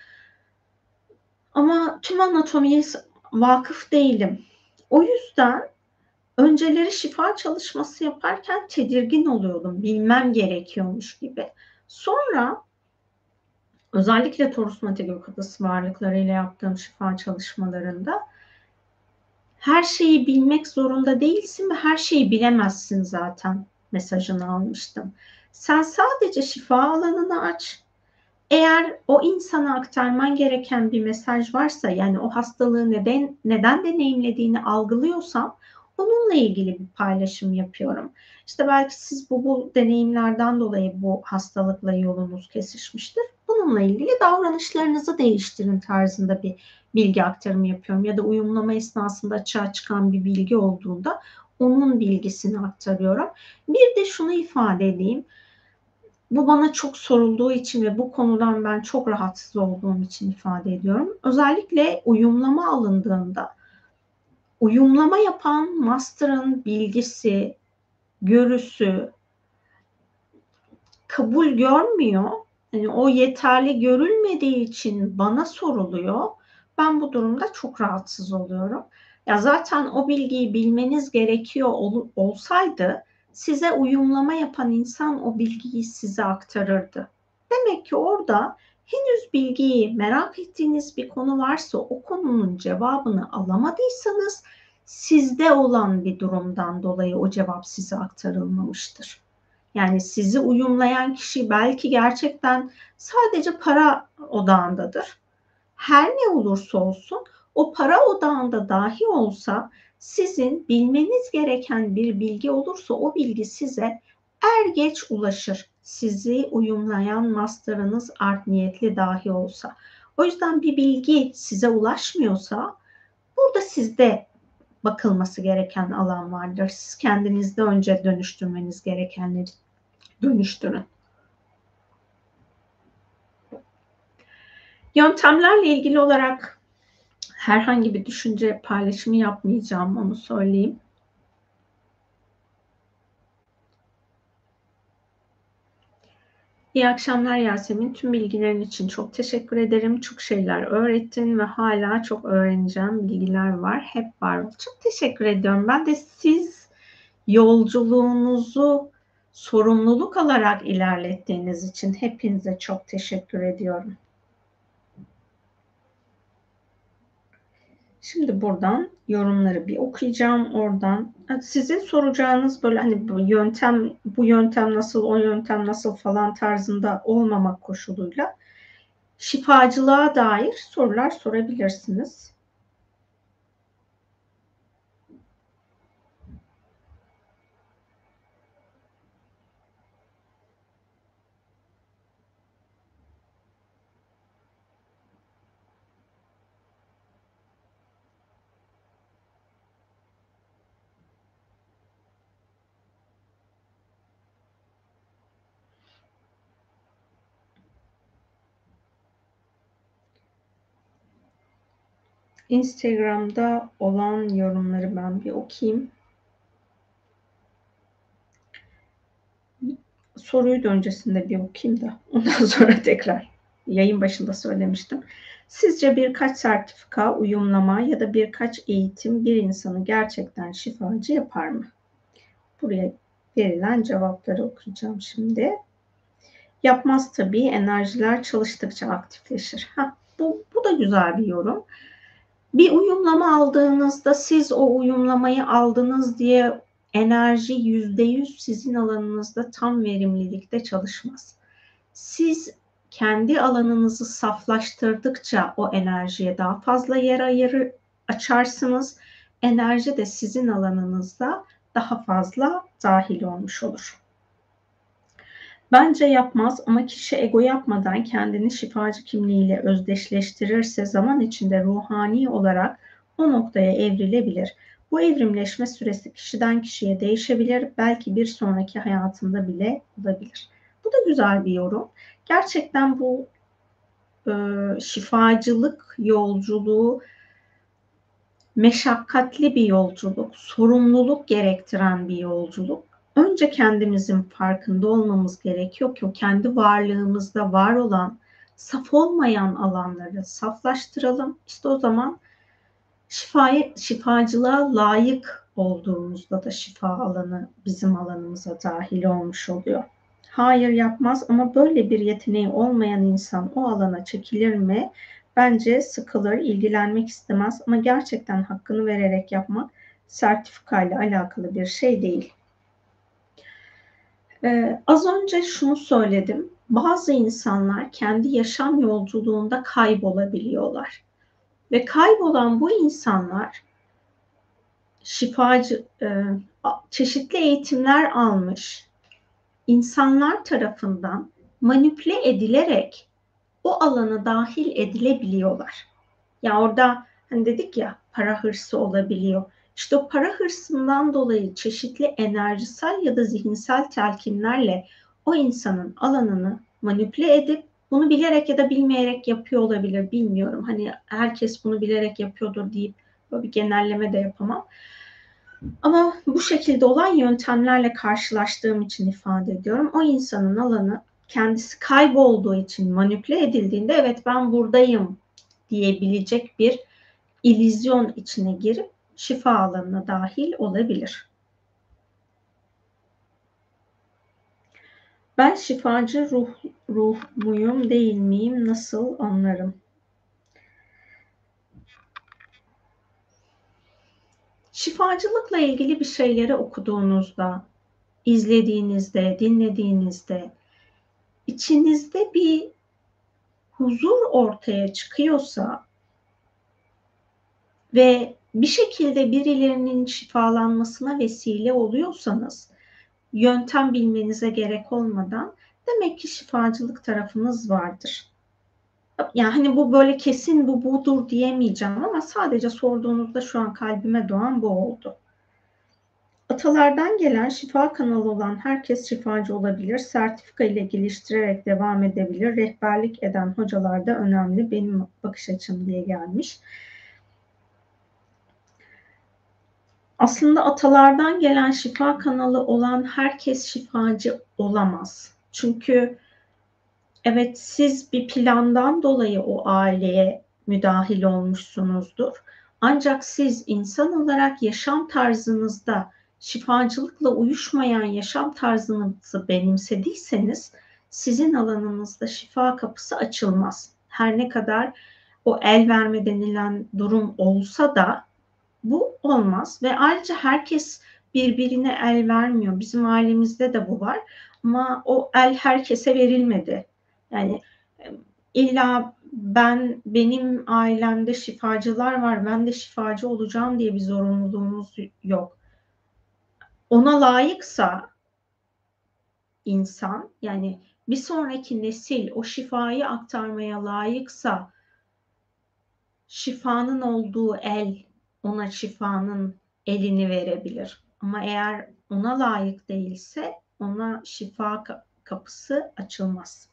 Ama tüm anatomiye vakıf değilim. O yüzden önceleri şifa çalışması yaparken tedirgin oluyordum. Bilmem gerekiyormuş gibi. Sonra özellikle Torus Materyal Kapısı varlıklarıyla yaptığım şifa çalışmalarında her şeyi bilmek zorunda değilsin ve her şeyi bilemezsin zaten mesajını almıştım. Sen sadece şifa alanını aç. Eğer o insana aktarman gereken bir mesaj varsa yani o hastalığı neden deneyimlediğini algılıyorsam onunla ilgili bir paylaşım yapıyorum. İşte belki siz bu deneyimlerden dolayı bu hastalıkla yolunuz kesişmiştir. Bununla ilgili davranışlarınızı değiştirin tarzında bir bilgi aktarımı yapıyorum. Ya da uyumlama esnasında açığa çıkan bir bilgi olduğunda onun bilgisini aktarıyorum. Bir de şunu ifade edeyim. Bu bana çok sorulduğu için ve bu konudan ben çok rahatsız olduğum için ifade ediyorum. Özellikle uyumlama alındığında uyumlama yapan master'ın bilgisi, görüsü kabul görmüyor. Yani o yeterli görülmediği için bana soruluyor. Ben bu durumda çok rahatsız oluyorum. Ya zaten o bilgiyi bilmeniz gerekiyor olsaydı size uyumlama yapan insan o bilgiyi size aktarırdı. Demek ki orada henüz bilgiyi merak ettiğiniz bir konu varsa o konunun cevabını alamadıysanız sizde olan bir durumdan dolayı o cevap size aktarılmamıştır. Yani sizi uyumlayan kişi belki gerçekten sadece para odağındadır. Her ne olursa olsun o para odağında dahi olsa sizin bilmeniz gereken bir bilgi olursa o bilgi size er geç ulaşır. Sizi uyumlayan master'ınız art niyetli dahi olsa. O yüzden bir bilgi size ulaşmıyorsa burada sizde bakılması gereken alan vardır. Siz kendinizde önce dönüştürmeniz gerekenleri dönüştürün. Yöntemlerle ilgili olarak herhangi bir düşünce paylaşımı yapmayacağım, onu söyleyeyim. İyi akşamlar Yasemin. Tüm bilgilerin için çok teşekkür ederim. Çok şeyler öğrettin ve hala çok öğreneceğim bilgiler var. Hep var. Çok teşekkür ediyorum. Ben de siz yolculuğunuzu sorumluluk alarak ilerlettiğiniz için hepinize çok teşekkür ediyorum. Şimdi buradan yorumları bir okuyacağım. Oradan sizin soracağınız böyle hani bu yöntem nasıl, o yöntem nasıl falan tarzında olmamak koşuluyla şifacılığa dair sorular sorabilirsiniz. Instagram'da olan yorumları ben bir okuyayım. Soruyu da öncesinde bir okuyayım da ondan sonra tekrar yayın başında söylemiştim. Sizce birkaç sertifika, uyumlama ya da birkaç eğitim bir insanı gerçekten şifacı yapar mı? Buraya verilen cevapları okuyacağım şimdi. Yapmaz tabii, enerjiler çalıştıkça aktifleşir. Bu da güzel bir yorum. Bir uyumlama aldığınızda siz o uyumlamayı aldınız diye enerji %100 sizin alanınızda tam verimlilikte çalışmaz. Siz kendi alanınızı saflaştırdıkça o enerjiye daha fazla yer açarsınız. Enerji de sizin alanınızda daha fazla dahil olmuş olur. Bence yapmaz ama kişi ego yapmadan kendini şifacı kimliğiyle özdeşleştirirse zaman içinde ruhani olarak o noktaya evrilebilir. Bu evrimleşme süresi kişiden kişiye değişebilir, belki bir sonraki hayatında bile olabilir. Bu da güzel bir yorum. Gerçekten bu şifacılık yolculuğu meşakkatli bir yolculuk, sorumluluk gerektiren bir yolculuk. Önce kendimizin farkında olmamız gerekiyor ki o kendi varlığımızda var olan saf olmayan alanları saflaştıralım. İşte o zaman şifacılığa layık olduğumuzda da şifa alanı bizim alanımıza dahil olmuş oluyor. Hayır, yapmaz ama böyle bir yeteneği olmayan insan o alana çekilir mi? Bence sıkılır, ilgilenmek istemez ama gerçekten hakkını vererek yapmak sertifikayla alakalı bir şey değil. Az önce şunu söyledim. Bazı insanlar kendi yaşam yolculuğunda kaybolabiliyorlar. Ve kaybolan bu insanlar şifacı, çeşitli eğitimler almış insanlar tarafından manipüle edilerek o alana dahil edilebiliyorlar. Ya orada hani dedik ya para hırsı olabiliyor. İşte o para hırsından dolayı çeşitli enerjisel ya da zihinsel telkinlerle o insanın alanını manipüle edip bunu bilerek ya da bilmeyerek yapıyor olabilir, bilmiyorum. Hani herkes bunu bilerek yapıyordur deyip Böyle bir genelleme de yapamam. Ama bu şekilde olan yöntemlerle karşılaştığım için ifade ediyorum. O insanın alanı kendisi kaybolduğu için manipüle edildiğinde evet ben buradayım diyebilecek bir illüzyon içine girip şifa alanına dahil olabilir. Ben şifacı ruh muyum değil miyim nasıl anlarım? Şifacılıkla ilgili bir şeyleri okuduğunuzda, izlediğinizde, dinlediğinizde içinizde bir huzur ortaya çıkıyorsa ve bir şekilde birilerinin şifalanmasına vesile oluyorsanız yöntem bilmenize gerek olmadan demek ki şifacılık tarafınız vardır. Yani hani bu böyle kesin bu budur diyemeyeceğim ama sadece sorduğunuzda şu an kalbime doğan bu oldu. Atalardan gelen şifa kanalı olan herkes şifacı olabilir. Sertifika ile geliştirerek devam edebilir. Rehberlik eden hocalar da önemli. Benim bakış açım diye gelmiş. Aslında atalardan gelen şifa kanalı olan herkes şifacı olamaz. Çünkü evet siz bir plandan dolayı o aileye müdahil olmuşsunuzdur. Ancak siz insan olarak yaşam tarzınızda şifacılıkla uyuşmayan yaşam tarzınızı benimsediyseniz sizin alanınızda şifa kapısı açılmaz. Her ne kadar o el verme denilen durum olsa da bu olmaz ve ayrıca herkes birbirine el vermiyor. Bizim ailemizde de bu var ama o el herkese verilmedi. Yani illa benim ailemde şifacılar var, ben de şifacı olacağım diye bir zorunluluğumuz yok. Ona layıksa insan, yani bir sonraki nesil o şifayı aktarmaya layıksa şifanın olduğu el ona şifanın elini verebilir. Ama eğer ona layık değilse ona şifa kapısı açılmaz.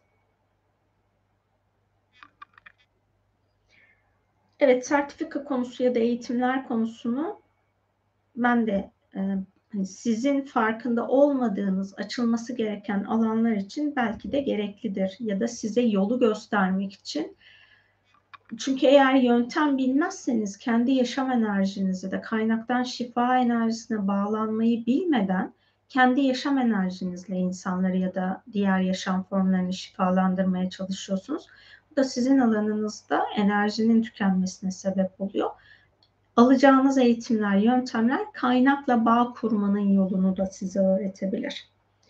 Evet, sertifika konusu ya da eğitimler konusunu ben de hani sizin farkında olmadığınız açılması gereken alanlar için belki de gereklidir ya da size yolu göstermek için. Çünkü eğer yöntem bilmezseniz kendi yaşam enerjinizi de kaynaktan şifa enerjisine bağlanmayı bilmeden kendi yaşam enerjinizle insanları ya da diğer yaşam formlarını şifalandırmaya çalışıyorsunuz. Bu da sizin alanınızda enerjinin tükenmesine sebep oluyor. Alacağınız eğitimler, yöntemler kaynakla bağ kurmanın yolunu da size öğretebilir.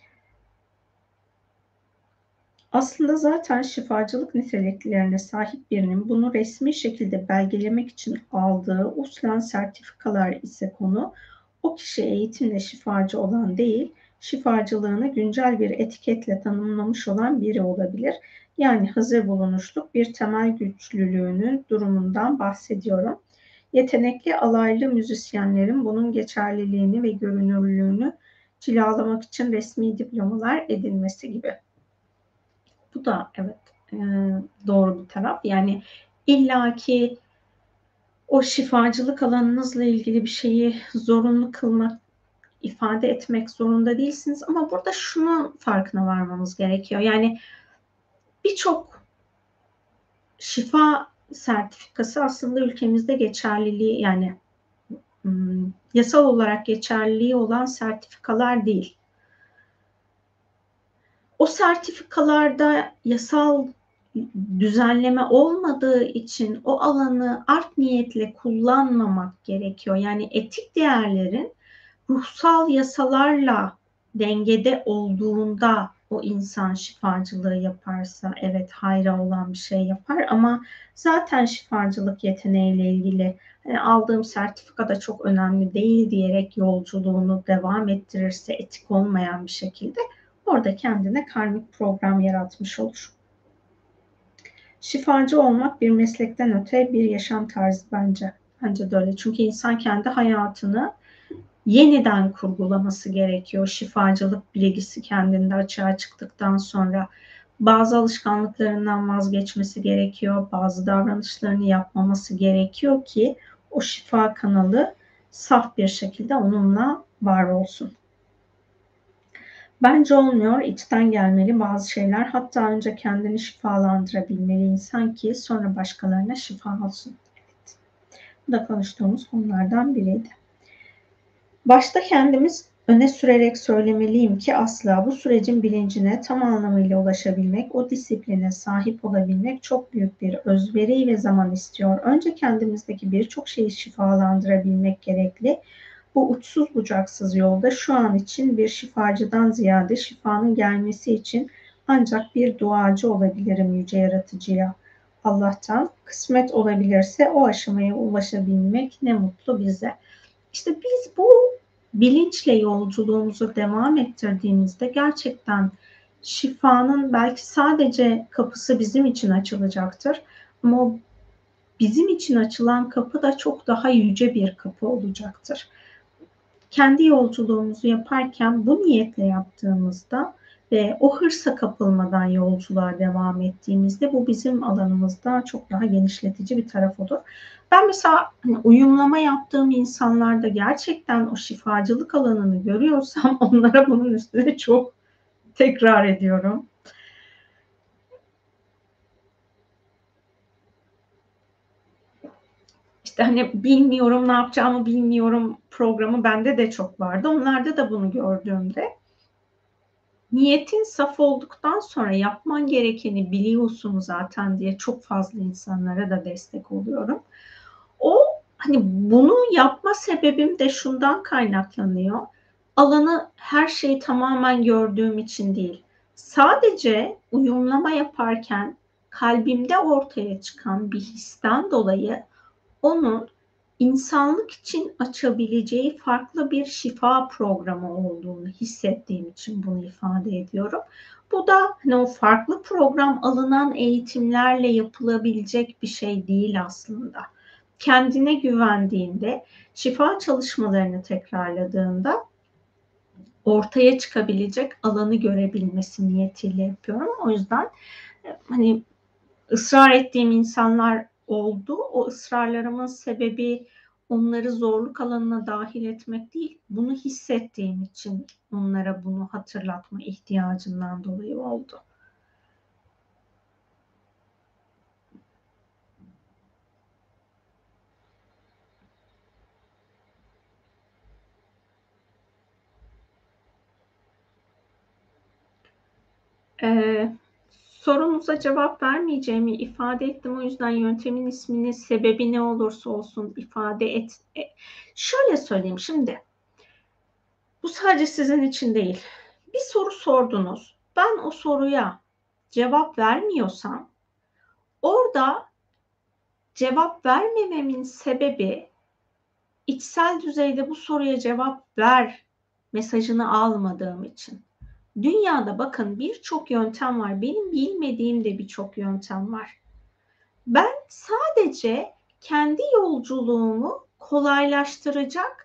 Aslında zaten şifacılık niteliklerine sahip birinin bunu resmi şekilde belgelemek için aldığı USLAN sertifikalar ise konu, o kişi eğitimle şifacı olan değil, şifacılığını güncel bir etiketle tanımlamış olan biri olabilir. Yani hazır bulunuşluk bir temel güçlülüğünün durumundan bahsediyorum. Yetenekli alaylı müzisyenlerin bunun geçerliliğini ve görünürlüğünü cilalamak için resmi diplomalar edinmesi gibi. Bu da evet doğru bir taraf. Yani illaki o şifacılık alanınızla ilgili bir şeyi zorunlu kılmak, ifade etmek zorunda değilsiniz. Ama burada şunun farkına varmamız gerekiyor. Yani birçok şifa sertifikası aslında ülkemizde geçerliliği yani yasal olarak geçerliliği olan sertifikalar değil. O sertifikalarda yasal düzenleme olmadığı için o alanı art niyetle kullanmamak gerekiyor. Yani etik değerlerin ruhsal yasalarla dengede olduğunda o insan şifacılığı yaparsa evet hayra olan bir şey yapar ama zaten şifacılık yeteneğiyle ilgili hani aldığım sertifika da çok önemli değil diyerek yolculuğunu devam ettirirse etik olmayan bir şekilde orada kendine karmik program yaratmış olur. Şifacı olmak bir meslekten öte bir yaşam tarzı bence. Bence de öyle. Çünkü insan kendi hayatını yeniden kurgulaması gerekiyor. Şifacılık bilgisi kendinde açığa çıktıktan sonra bazı alışkanlıklarından vazgeçmesi gerekiyor. Bazı davranışlarını yapmaması gerekiyor ki o şifa kanalı saf bir şekilde onunla var olsun. Bence olmuyor, içten gelmeli bazı şeyler. Hatta önce kendini şifalandırabilmeli insan ki sonra başkalarına şifa olsun. Evet. Bu da konuştuğumuz konulardan biriydi. Başta kendimiz öne sürerek söylemeliyim ki asla bu sürecin bilincine tam anlamıyla ulaşabilmek, o disipline sahip olabilmek çok büyük bir özveri ve zaman istiyor. Önce kendimizdeki birçok şeyi şifalandırabilmek gerekli. Bu uçsuz bucaksız yolda şu an için bir şifacıdan ziyade şifanın gelmesi için ancak bir duacı olabilirim yüce yaratıcıya. Allah'tan kısmet olabilirse o aşamaya ulaşabilmek ne mutlu bize. İşte biz bu bilinçle yolculuğumuzu devam ettirdiğimizde gerçekten şifanın belki sadece kapısı bizim için açılacaktır. Ama o bizim için açılan kapı da çok daha yüce bir kapı olacaktır. Kendi yolculuğumuzu yaparken bu niyetle yaptığımızda ve o hırsa kapılmadan yolculuğa devam ettiğimizde bu bizim alanımızda çok daha genişletici bir taraf olur. Ben mesela hani uyumlama yaptığım insanlarda gerçekten o şifacılık alanını görüyorsam onlara bunun üstüne çok tekrar ediyorum. İşte hani bilmiyorum ne yapacağımı bilmiyorum programı bende de çok vardı. Onlarda da bunu gördüğümde niyetin saf olduktan sonra yapman gerekeni biliyorsun zaten diye çok fazla insanlara da destek oluyorum. O hani bunu yapma sebebim de şundan kaynaklanıyor. Alanı her şeyi tamamen gördüğüm için değil. Sadece uyumlama yaparken kalbimde ortaya çıkan bir histen dolayı onun insanlık için açabileceği farklı bir şifa programı olduğunu hissettiğim için bunu ifade ediyorum. Bu da hani o farklı program alınan eğitimlerle yapılabilecek bir şey değil aslında. Kendine güvendiğinde, şifa çalışmalarını tekrarladığında ortaya çıkabilecek alanı görebilmesi niyetiyle yapıyorum. O yüzden hani ısrar ettiğim insanlar oldu. O ısrarlarımın sebebi onları zorluk alanına dahil etmek değil, bunu hissettiğim için onlara bunu hatırlatma ihtiyacından dolayı oldu. Ee, Sorunuza cevap vermeyeceğimi ifade ettim. O yüzden yöntemin ismini sebebi ne olursa olsun ifade et. Şöyle söyleyeyim şimdi. Bu sadece sizin için değil. Bir soru sordunuz. Ben o soruya cevap vermiyorsam orada cevap vermememin sebebi içsel düzeyde bu soruya cevap ver mesajını almadığım için. Dünyada bakın birçok yöntem var. Benim bilmediğim de birçok yöntem var. Ben sadece kendi yolculuğumu kolaylaştıracak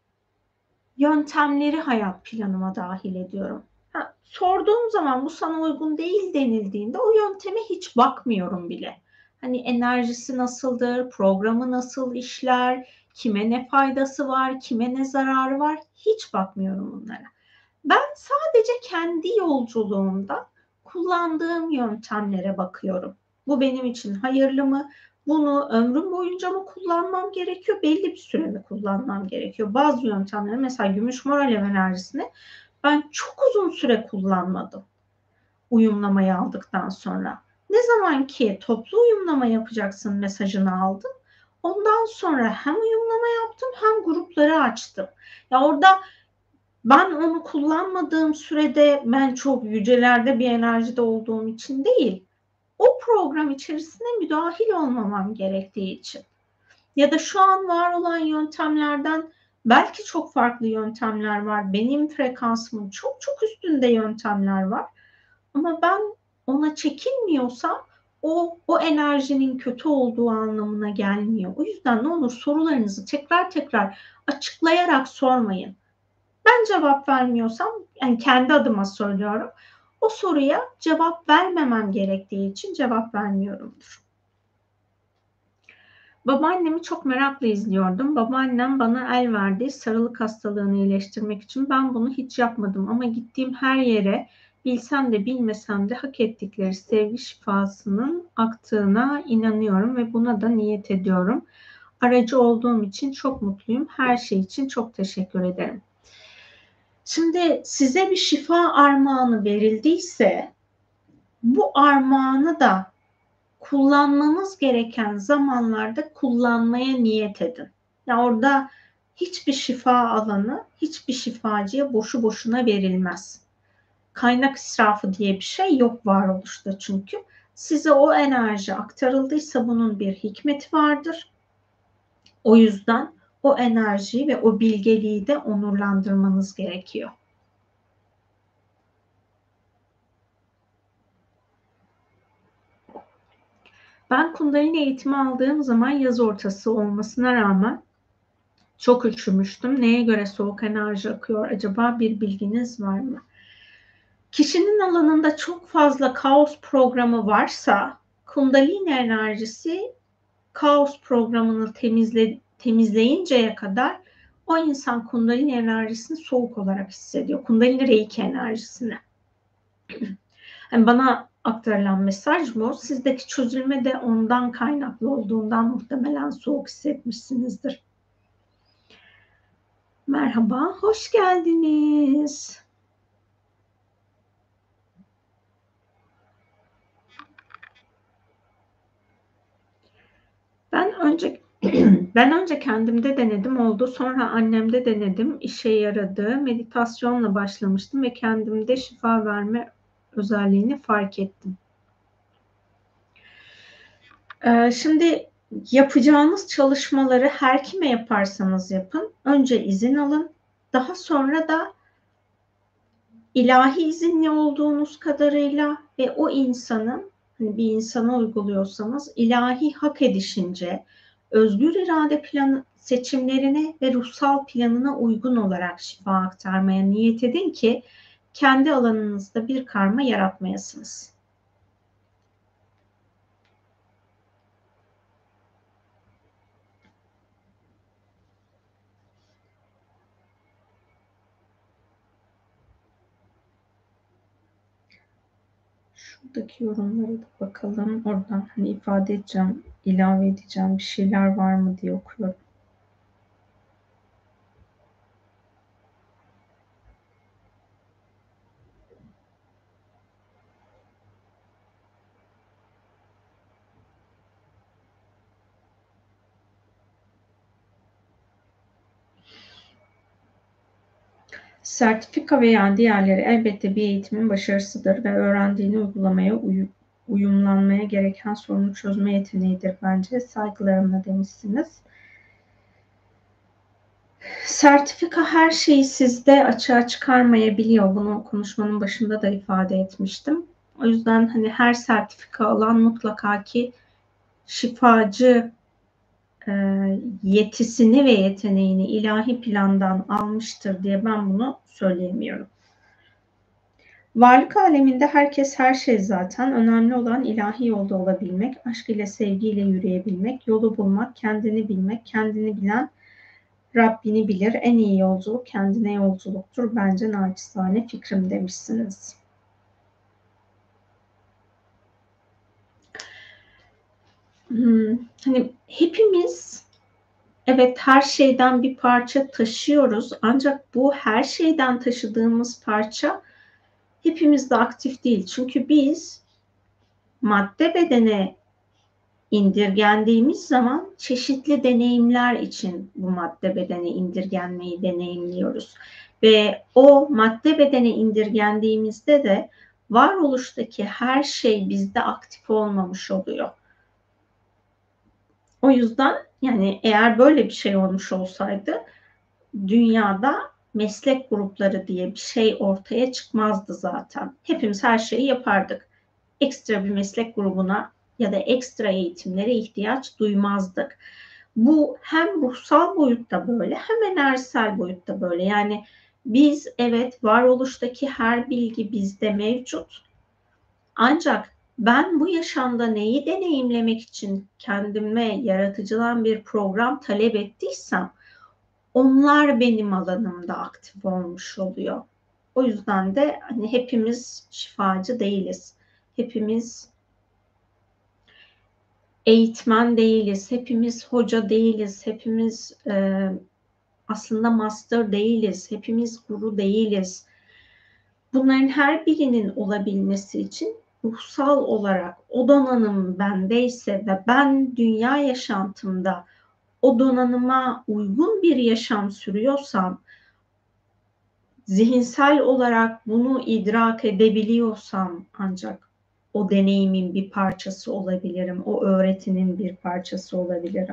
yöntemleri hayat planıma dahil ediyorum. Sorduğum zaman bu sana uygun değil denildiğinde o yönteme hiç bakmıyorum bile. Hani enerjisi nasıldır, programı nasıl işler, kime ne faydası var, kime ne zararı var hiç bakmıyorum bunlara. Ben sadece kendi yolculuğumda kullandığım yöntemlere bakıyorum. Bu benim için hayırlı mı? Bunu ömrüm boyunca mı kullanmam gerekiyor? Belli bir süre mi kullanmam gerekiyor? Bazı yöntemleri mesela gümüş mor alev enerjisini ben çok uzun süre kullanmadım uyumlamayı aldıktan sonra. Ne zaman ki toplu uyumlama yapacaksın mesajını aldım. Ondan sonra hem uyumlama yaptım hem grupları açtım. Ya orada ben onu kullanmadığım sürede ben çok yücelerde bir enerjide olduğum için değil, o program içerisine müdahil olmamam gerektiği için. Ya da şu an var olan yöntemlerden belki çok farklı yöntemler var. Benim frekansımın çok çok üstünde yöntemler var. Ama ben ona çekinmiyorsam o enerjinin kötü olduğu anlamına gelmiyor. O yüzden ne olur sorularınızı tekrar tekrar açıklayarak sormayın. Ben cevap vermiyorsam, yani kendi adıma söylüyorum, o soruya cevap vermemem gerektiği için cevap vermiyorumdur. Babaannemi çok merakla izliyordum. Babaannem bana el verdi sarılık hastalığını iyileştirmek için. Ben bunu hiç yapmadım ama gittiğim her yere bilsem de bilmesem de hak ettikleri sevgi şifasının aktığına inanıyorum ve buna da niyet ediyorum. Aracı olduğum için çok mutluyum. Her şey için çok teşekkür ederim. Şimdi size bir şifa armağanı verildiyse bu armağanı da kullanmanız gereken zamanlarda kullanmaya niyet edin. Yani orada hiçbir şifa alanı, hiçbir şifacıya boşu boşuna verilmez. Kaynak israfı diye bir şey yok varoluşta çünkü. Size o enerji aktarıldıysa bunun bir hikmeti vardır. O yüzden o enerjiyi ve o bilgeliği de onurlandırmanız gerekiyor. Ben Kundalini eğitimi aldığım zaman yaz ortası olmasına rağmen çok üşümüştüm. Neye göre soğuk enerji akıyor acaba, bir bilginiz var mı? Kişinin alanında çok fazla kaos programı varsa Kundalini enerjisi kaos programını temizleyinceye kadar o insan Kundalini enerjisini soğuk olarak hissediyor. Kundalini Reiki enerjisini. Yani bana aktarılan mesaj bu. Sizdeki çözülme de ondan kaynaklı olduğundan muhtemelen soğuk hissetmişsinizdir. Merhaba, hoş geldiniz. Ben önce kendimde denedim, oldu. Sonra annemde denedim, işe yaradı. Meditasyonla başlamıştım ve kendimde şifa verme özelliğini fark ettim. Şimdi yapacağınız çalışmaları her kime yaparsanız yapın, önce izin alın. Daha sonra da ilahi izinli olduğunuz kadarıyla ve o insanın, hani bir insana uyguluyorsanız ilahi hak edişince, özgür irade planı seçimlerine ve ruhsal planına uygun olarak şifa aktarmaya niyet edin ki kendi alanınızda bir karma yaratmayasınız. Şuradaki yorumlara da bakalım. Oradan hani ifade edeceğim, ilave edeceğim bir şeyler var mı diye okuyorum. Sertifika veya diğerleri elbette bir eğitimin başarısıdır ve öğrendiğini uygulamaya uyumlanmaya gereken sorunu çözme yeteneğidir bence. Saygılarımla demişsiniz. Sertifika her şeyi sizde açığa çıkarmayabiliyor. Bunu konuşmanın başında da ifade etmiştim. O yüzden hani her sertifika alan mutlaka ki şifacı yetisini ve yeteneğini ilahi plandan almıştır diye ben bunu söyleyemiyorum. Varlık aleminde herkes her şey zaten. Önemli olan ilahi yolda olabilmek, aşk ile sevgiyle yürüyebilmek, yolu bulmak, kendini bilmek, kendini bilen Rabbini bilir. En iyi yolculuk kendine yolculuktur. Bence naçizane fikrim demişsiniz. Hani hepimiz evet her şeyden bir parça taşıyoruz. Ancak bu her şeyden taşıdığımız parça hepimizde aktif değil. Çünkü biz madde bedene indirgendiğimiz zaman çeşitli deneyimler için bu madde bedene indirgenmeyi deneyimliyoruz. Ve o madde bedene indirgendiğimizde de varoluştaki her şey bizde aktif olmamış oluyor. O yüzden yani eğer böyle bir şey olmuş olsaydı dünyada meslek grupları diye bir şey ortaya çıkmazdı zaten. Hepimiz her şeyi yapardık. Ekstra bir meslek grubuna ya da ekstra eğitimlere ihtiyaç duymazdık. Bu hem ruhsal boyutta böyle hem enerjisel boyutta böyle. Yani biz evet varoluştaki her bilgi bizde mevcut. Ancak ben bu yaşamda neyi deneyimlemek için kendime yaratıcıdan bir program talep ettiysem onlar benim alanımda aktif olmuş oluyor. O yüzden de hani hepimiz şifacı değiliz. Hepimiz eğitmen değiliz. Hepimiz hoca değiliz. Hepimiz aslında master değiliz. Hepimiz guru değiliz. Bunların her birinin olabilmesi için ruhsal olarak o donanım bendeyse ve ben dünya yaşantımda o donanıma uygun bir yaşam sürüyorsam, zihinsel olarak bunu idrak edebiliyorsam ancak o deneyimin bir parçası olabilirim, o öğretinin bir parçası olabilirim.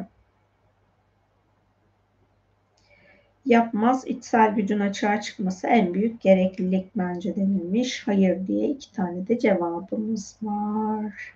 Yapmaz, içsel gücün açığa çıkması en büyük gereklilik bence denilmiş. Hayır diye 2 tane de cevabımız var.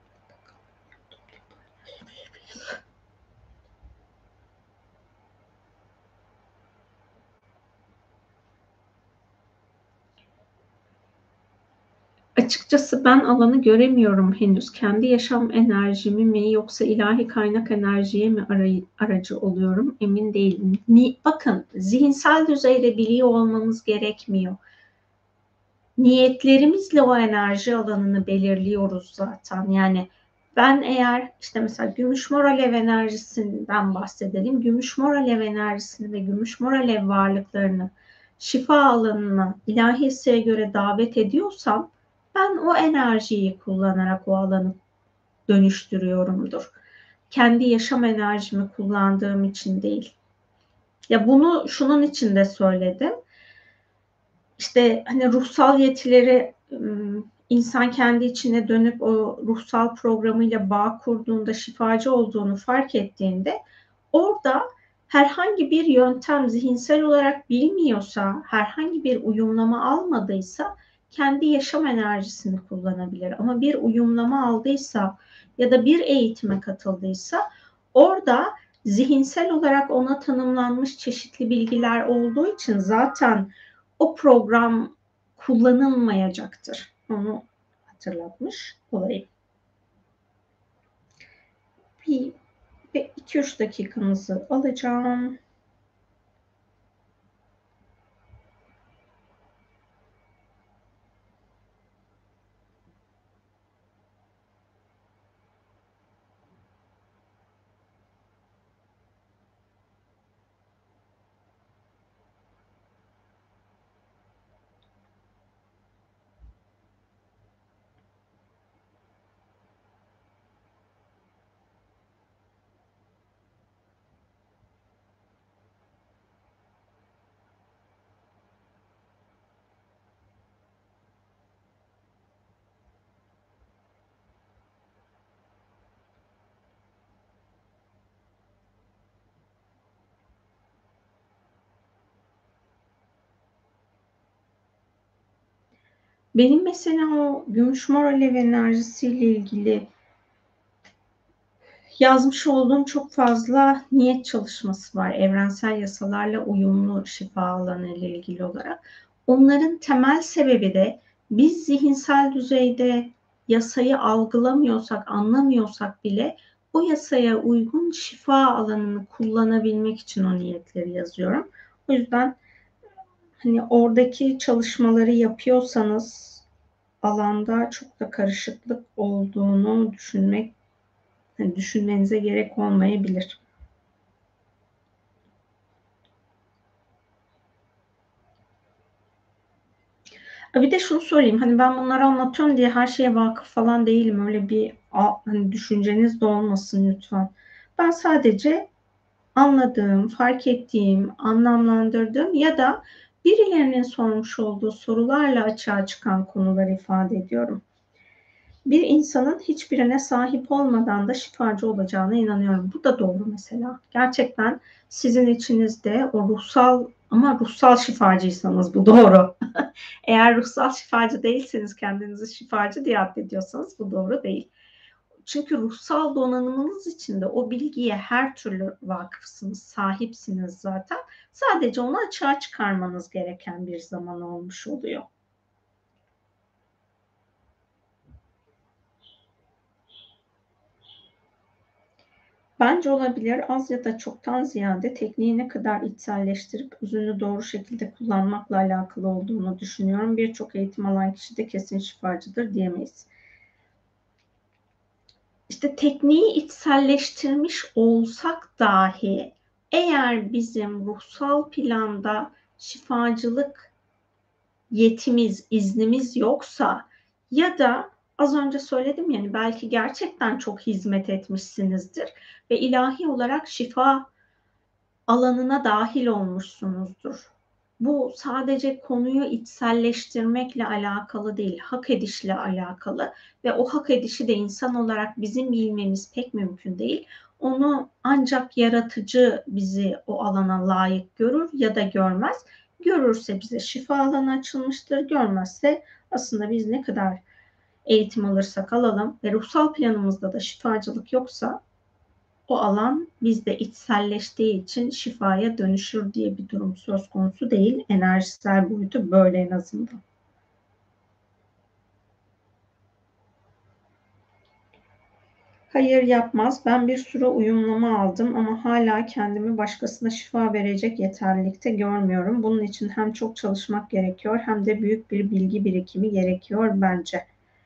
Açıkçası ben alanı göremiyorum henüz. Kendi yaşam enerjimi mi yoksa ilahi kaynak enerjiye mi aracı oluyorum emin değilim. Bakın, zihinsel düzeyde biliyor olmamız gerekmiyor. Niyetlerimizle o enerji alanını belirliyoruz zaten. Yani ben eğer işte mesela gümüş mor alev enerjisinden bahsedelim. Gümüş mor alev enerjisini ve gümüş mor alev varlıklarını şifa alanına ilahi hisseye göre davet ediyorsam ben o enerjiyi kullanarak o alanı dönüştürüyorumdur. Kendi yaşam enerjimi kullandığım için değil. Ya bunu şunun için de söyledim. İşte hani ruhsal yetileri insan kendi içine dönüp o ruhsal programıyla bağ kurduğunda, şifacı olduğunu fark ettiğinde orada herhangi bir yöntem zihinsel olarak bilmiyorsa, herhangi bir uyumlama almadıysa kendi yaşam enerjisini kullanabilir. Ama bir uyumlama aldıysa ya da bir eğitime katıldıysa orada zihinsel olarak ona tanımlanmış çeşitli bilgiler olduğu için zaten o program kullanılmayacaktır. Onu hatırlatmış olayım. Bir 2-3 dakikanızı alacağım. Benim mesela o gümüş mor alev enerjisiyle ilgili yazmış olduğum çok fazla niyet çalışması var. Evrensel yasalarla uyumlu şifa alanı ile ilgili olarak. Onların temel sebebi de biz zihinsel düzeyde yasayı algılamıyorsak, anlamıyorsak bile o yasaya uygun şifa alanını kullanabilmek için o niyetleri yazıyorum. O yüzden hani oradaki çalışmaları yapıyorsanız alanda çok da karışıklık olduğunu düşünmenize gerek olmayabilir. Bir de şunu söyleyeyim, hani ben bunları anlatıyorum diye her şeye vakıf falan değilim. Öyle bir hani düşünceniz de olmasın lütfen. Ben sadece anladığım, fark ettiğim, anlamlandırdığım ya da birilerinin sormuş olduğu sorularla açığa çıkan konuları ifade ediyorum. Bir insanın hiçbirine sahip olmadan da şifacı olacağına inanıyorum. Bu da doğru mesela. Gerçekten sizin içinizde o ruhsal şifacıysanız bu doğru. Eğer ruhsal şifacı değilseniz, kendinizi şifacı diye addediyorsanız bu doğru değil. Çünkü ruhsal donanımınız içinde o bilgiye her türlü vakıfsınız, sahipsiniz zaten. Sadece onu açığa çıkarmanız gereken bir zaman olmuş oluyor. Bence olabilir. Az ya da çoktan ziyade tekniği ne kadar içselleştirip özünü doğru şekilde kullanmakla alakalı olduğunu düşünüyorum. Birçok eğitim alan kişi de kesin şifacıdır diyemeyiz. İşte tekniği içselleştirmiş olsak dahi eğer bizim ruhsal planda şifacılık yetimiz, iznimiz yoksa ya da az önce söyledim yani belki gerçekten çok hizmet etmişsinizdir ve ilahi olarak şifa alanına dahil olmuşsunuzdur. Bu sadece konuyu içselleştirmekle alakalı değil, hak edişle alakalı ve o hak edişi de insan olarak bizim bilmemiz pek mümkün değil. Onu ancak yaratıcı bizi o alana layık görür ya da görmez. Görürse bize şifa alanı açılmıştır, görmezse aslında biz ne kadar eğitim alırsak alalım ve ruhsal planımızda da şifacılık yoksa o alan bizde içselleştiği için şifaya dönüşür diye bir durum söz konusu değil. Enerjisel boyutu böyle en azından. Hayır yapmaz. Ben bir sürü uyumlama aldım ama hala kendimi başkasına şifa verecek yeterlilikte görmüyorum. Bunun için hem çok çalışmak gerekiyor hem de büyük bir bilgi birikimi gerekiyor bence.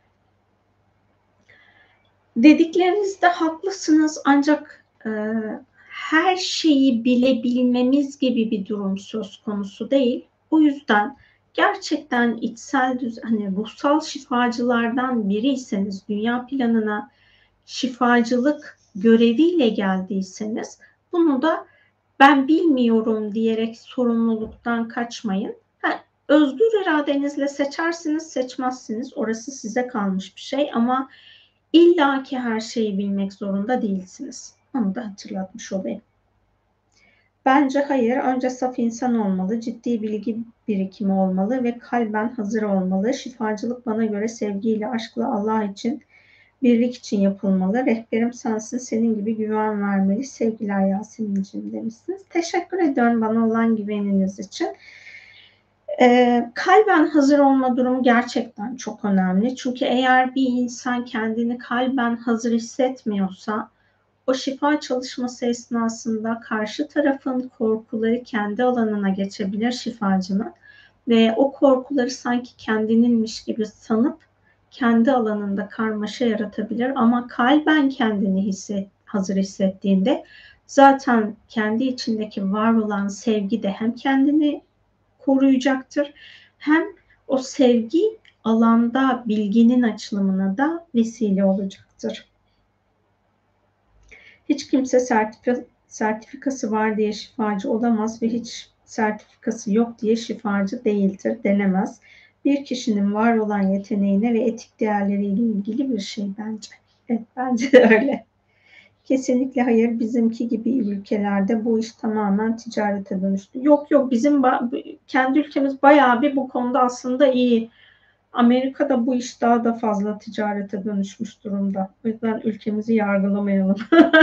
Dediklerinizde haklısınız ancak her şeyi bilebilmemiz gibi bir durum söz konusu değil. O yüzden gerçekten içsel hani ruhsal şifacılardan biriyseniz, dünya planına şifacılık göreviyle geldiyseniz bunu da ben bilmiyorum diyerek sorumluluktan kaçmayın. Özgür iradenizle seçersiniz, seçmezsiniz. Orası size kalmış bir şey ama İlla ki her şeyi bilmek zorunda değilsiniz. Onu da hatırlatmış olayım. Bence hayır. Önce saf insan olmalı, ciddi bilgi birikimi olmalı ve kalben hazır olmalı. Şifacılık bana göre sevgiyle, aşkla, Allah için, birlik için yapılmalı. Rehberim sensin, senin gibi güven vermeli. Sevgiler Yasemin'ciğim demişsiniz. Teşekkür ediyorum bana olan güveniniz için. Kalben hazır olma durumu gerçekten çok önemli. Çünkü eğer bir insan kendini kalben hazır hissetmiyorsa o şifa çalışması esnasında karşı tarafın korkuları kendi alanına geçebilir şifacının ve o korkuları sanki kendininmiş gibi sanıp kendi alanında karmaşa yaratabilir ama kalben kendini hazır hissettiğinde zaten kendi içindeki var olan sevgi de hem kendini koruyacaktır. Hem o sevgi alanda bilginin açılımına da vesile olacaktır. Hiç kimse sertifikası var diye şifacı olamaz ve hiç sertifikası yok diye şifacı değildir denemez. Bir kişinin var olan yeteneğine ve etik değerleriyle ilgili bir şey bence. Evet, bence de öyle. Kesinlikle hayır. Bizimki gibi ülkelerde bu iş tamamen ticarete dönüştü. Yok yok bizim kendi ülkemiz bayağı bir bu konuda aslında iyi. Amerika'da bu iş daha da fazla ticarete dönüşmüş durumda. O yüzden ülkemizi yargılamayalım.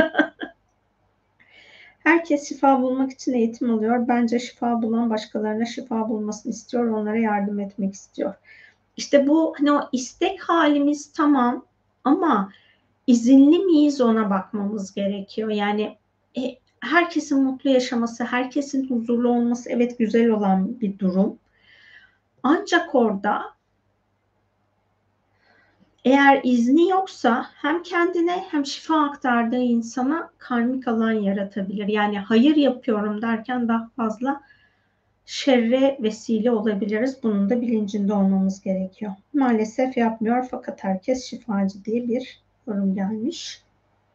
Herkes şifa bulmak için eğitim alıyor. Bence şifa bulan başkalarına şifa bulmasını istiyor. Onlara yardım etmek istiyor. İşte bu hani o istek halimiz tamam ama izinli miyiz ona bakmamız gerekiyor. Yani herkesin mutlu yaşaması, herkesin huzurlu olması evet güzel olan bir durum. Ancak orada eğer izni yoksa hem kendine hem şifa aktardığı insana karmik alan yaratabilir. Yani hayır yapıyorum derken daha fazla şerre vesile olabiliriz. Bunun da bilincinde olmamız gerekiyor. Maalesef yapmıyor fakat herkes şifacı diye bir yorum gelmiş.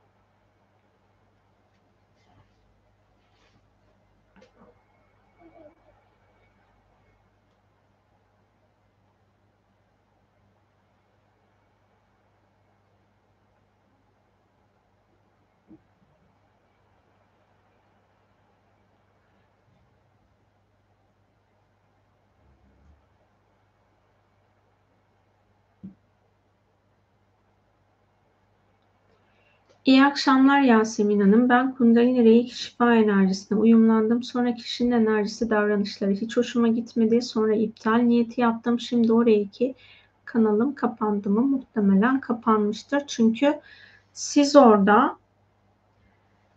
İyi akşamlar Yasemin Hanım. Ben Kundalini Reiki şifa enerjisine uyumlandım. Sonra kişinin enerjisi, davranışları hiç hoşuma gitmedi. Sonra iptal niyeti yaptım. Şimdi o Reiki kanalım kapandı mı? Muhtemelen kapanmıştır. Çünkü siz orada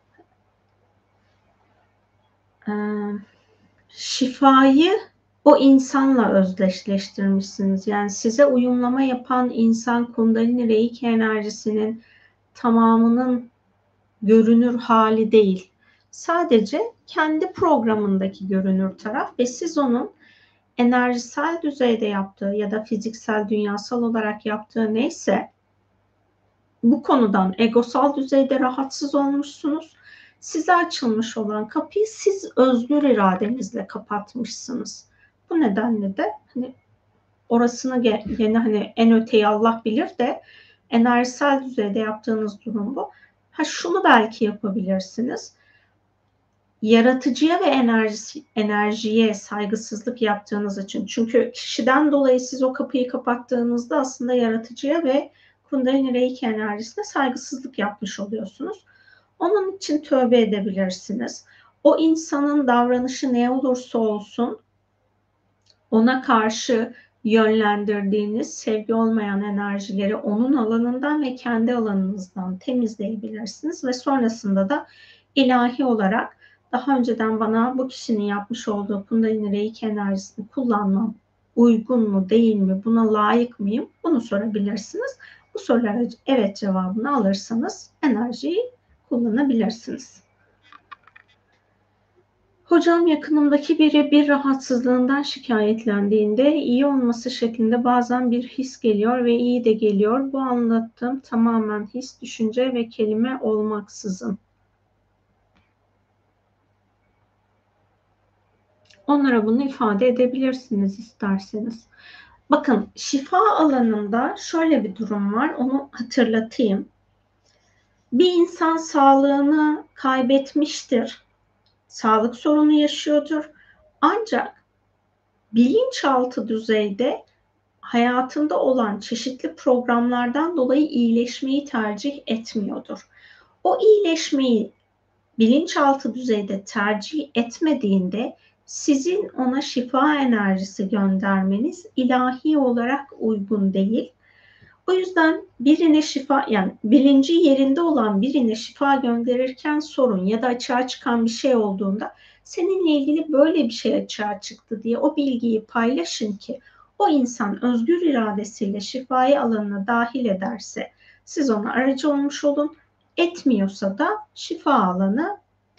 şifayı o insanla özdeşleştirmişsiniz. Yani size uyumlama yapan insan Kundalini Reiki enerjisinin tamamının görünür hali değil. Sadece kendi programındaki görünür taraf ve siz onun enerjisel düzeyde yaptığı ya da fiziksel, dünyasal olarak yaptığı neyse bu konudan egosal düzeyde rahatsız olmuşsunuz. Size açılmış olan kapıyı siz özgür iradenizle kapatmışsınız. Bu nedenle de hani orasını yine hani en öteyi Allah bilir de enerjisel düzeyde yaptığınız durum bu. Ha şunu belki yapabilirsiniz. Yaratıcıya ve enerjiye saygısızlık yaptığınız için. Çünkü kişiden dolayı siz o kapıyı kapattığınızda aslında yaratıcıya ve Kundalini Reiki enerjisine saygısızlık yapmış oluyorsunuz. Onun için tövbe edebilirsiniz. O insanın davranışı ne olursa olsun ona karşı yönlendirdiğiniz sevgi olmayan enerjileri onun alanından ve kendi alanınızdan temizleyebilirsiniz ve sonrasında da ilahi olarak daha önceden bana bu kişinin yapmış olduğu Kundalini Reiki enerjisini kullanmam uygun mu değil mi, buna layık mıyım, bunu sorabilirsiniz. Bu sorulara evet cevabını alırsanız enerjiyi kullanabilirsiniz. Hocam yakınımdaki biri bir rahatsızlığından şikayetlendiğinde iyi olması şeklinde bazen bir his geliyor ve iyi de geliyor. Bu anlattığım tamamen his, düşünce ve kelime olmaksızın. Onlara bunu ifade edebilirsiniz isterseniz. Bakın şifa alanında şöyle bir durum var, onu hatırlatayım. Bir insan sağlığını kaybetmiştir, sağlık sorunu yaşıyordur. Ancak bilinçaltı düzeyde hayatında olan çeşitli programlardan dolayı iyileşmeyi tercih etmiyordur. O iyileşmeyi bilinçaltı düzeyde tercih etmediğinde sizin ona şifa enerjisi göndermeniz ilahi olarak uygun değil. O yüzden birine şifa, yani bilinci yerinde olan birine şifa gönderirken sorun ya da açığa çıkan bir şey olduğunda seninle ilgili böyle bir şey açığa çıktı diye o bilgiyi paylaşın ki o insan özgür iradesiyle şifayı alanına dahil ederse siz ona aracı olmuş olun. Etmiyorsa da şifa alanı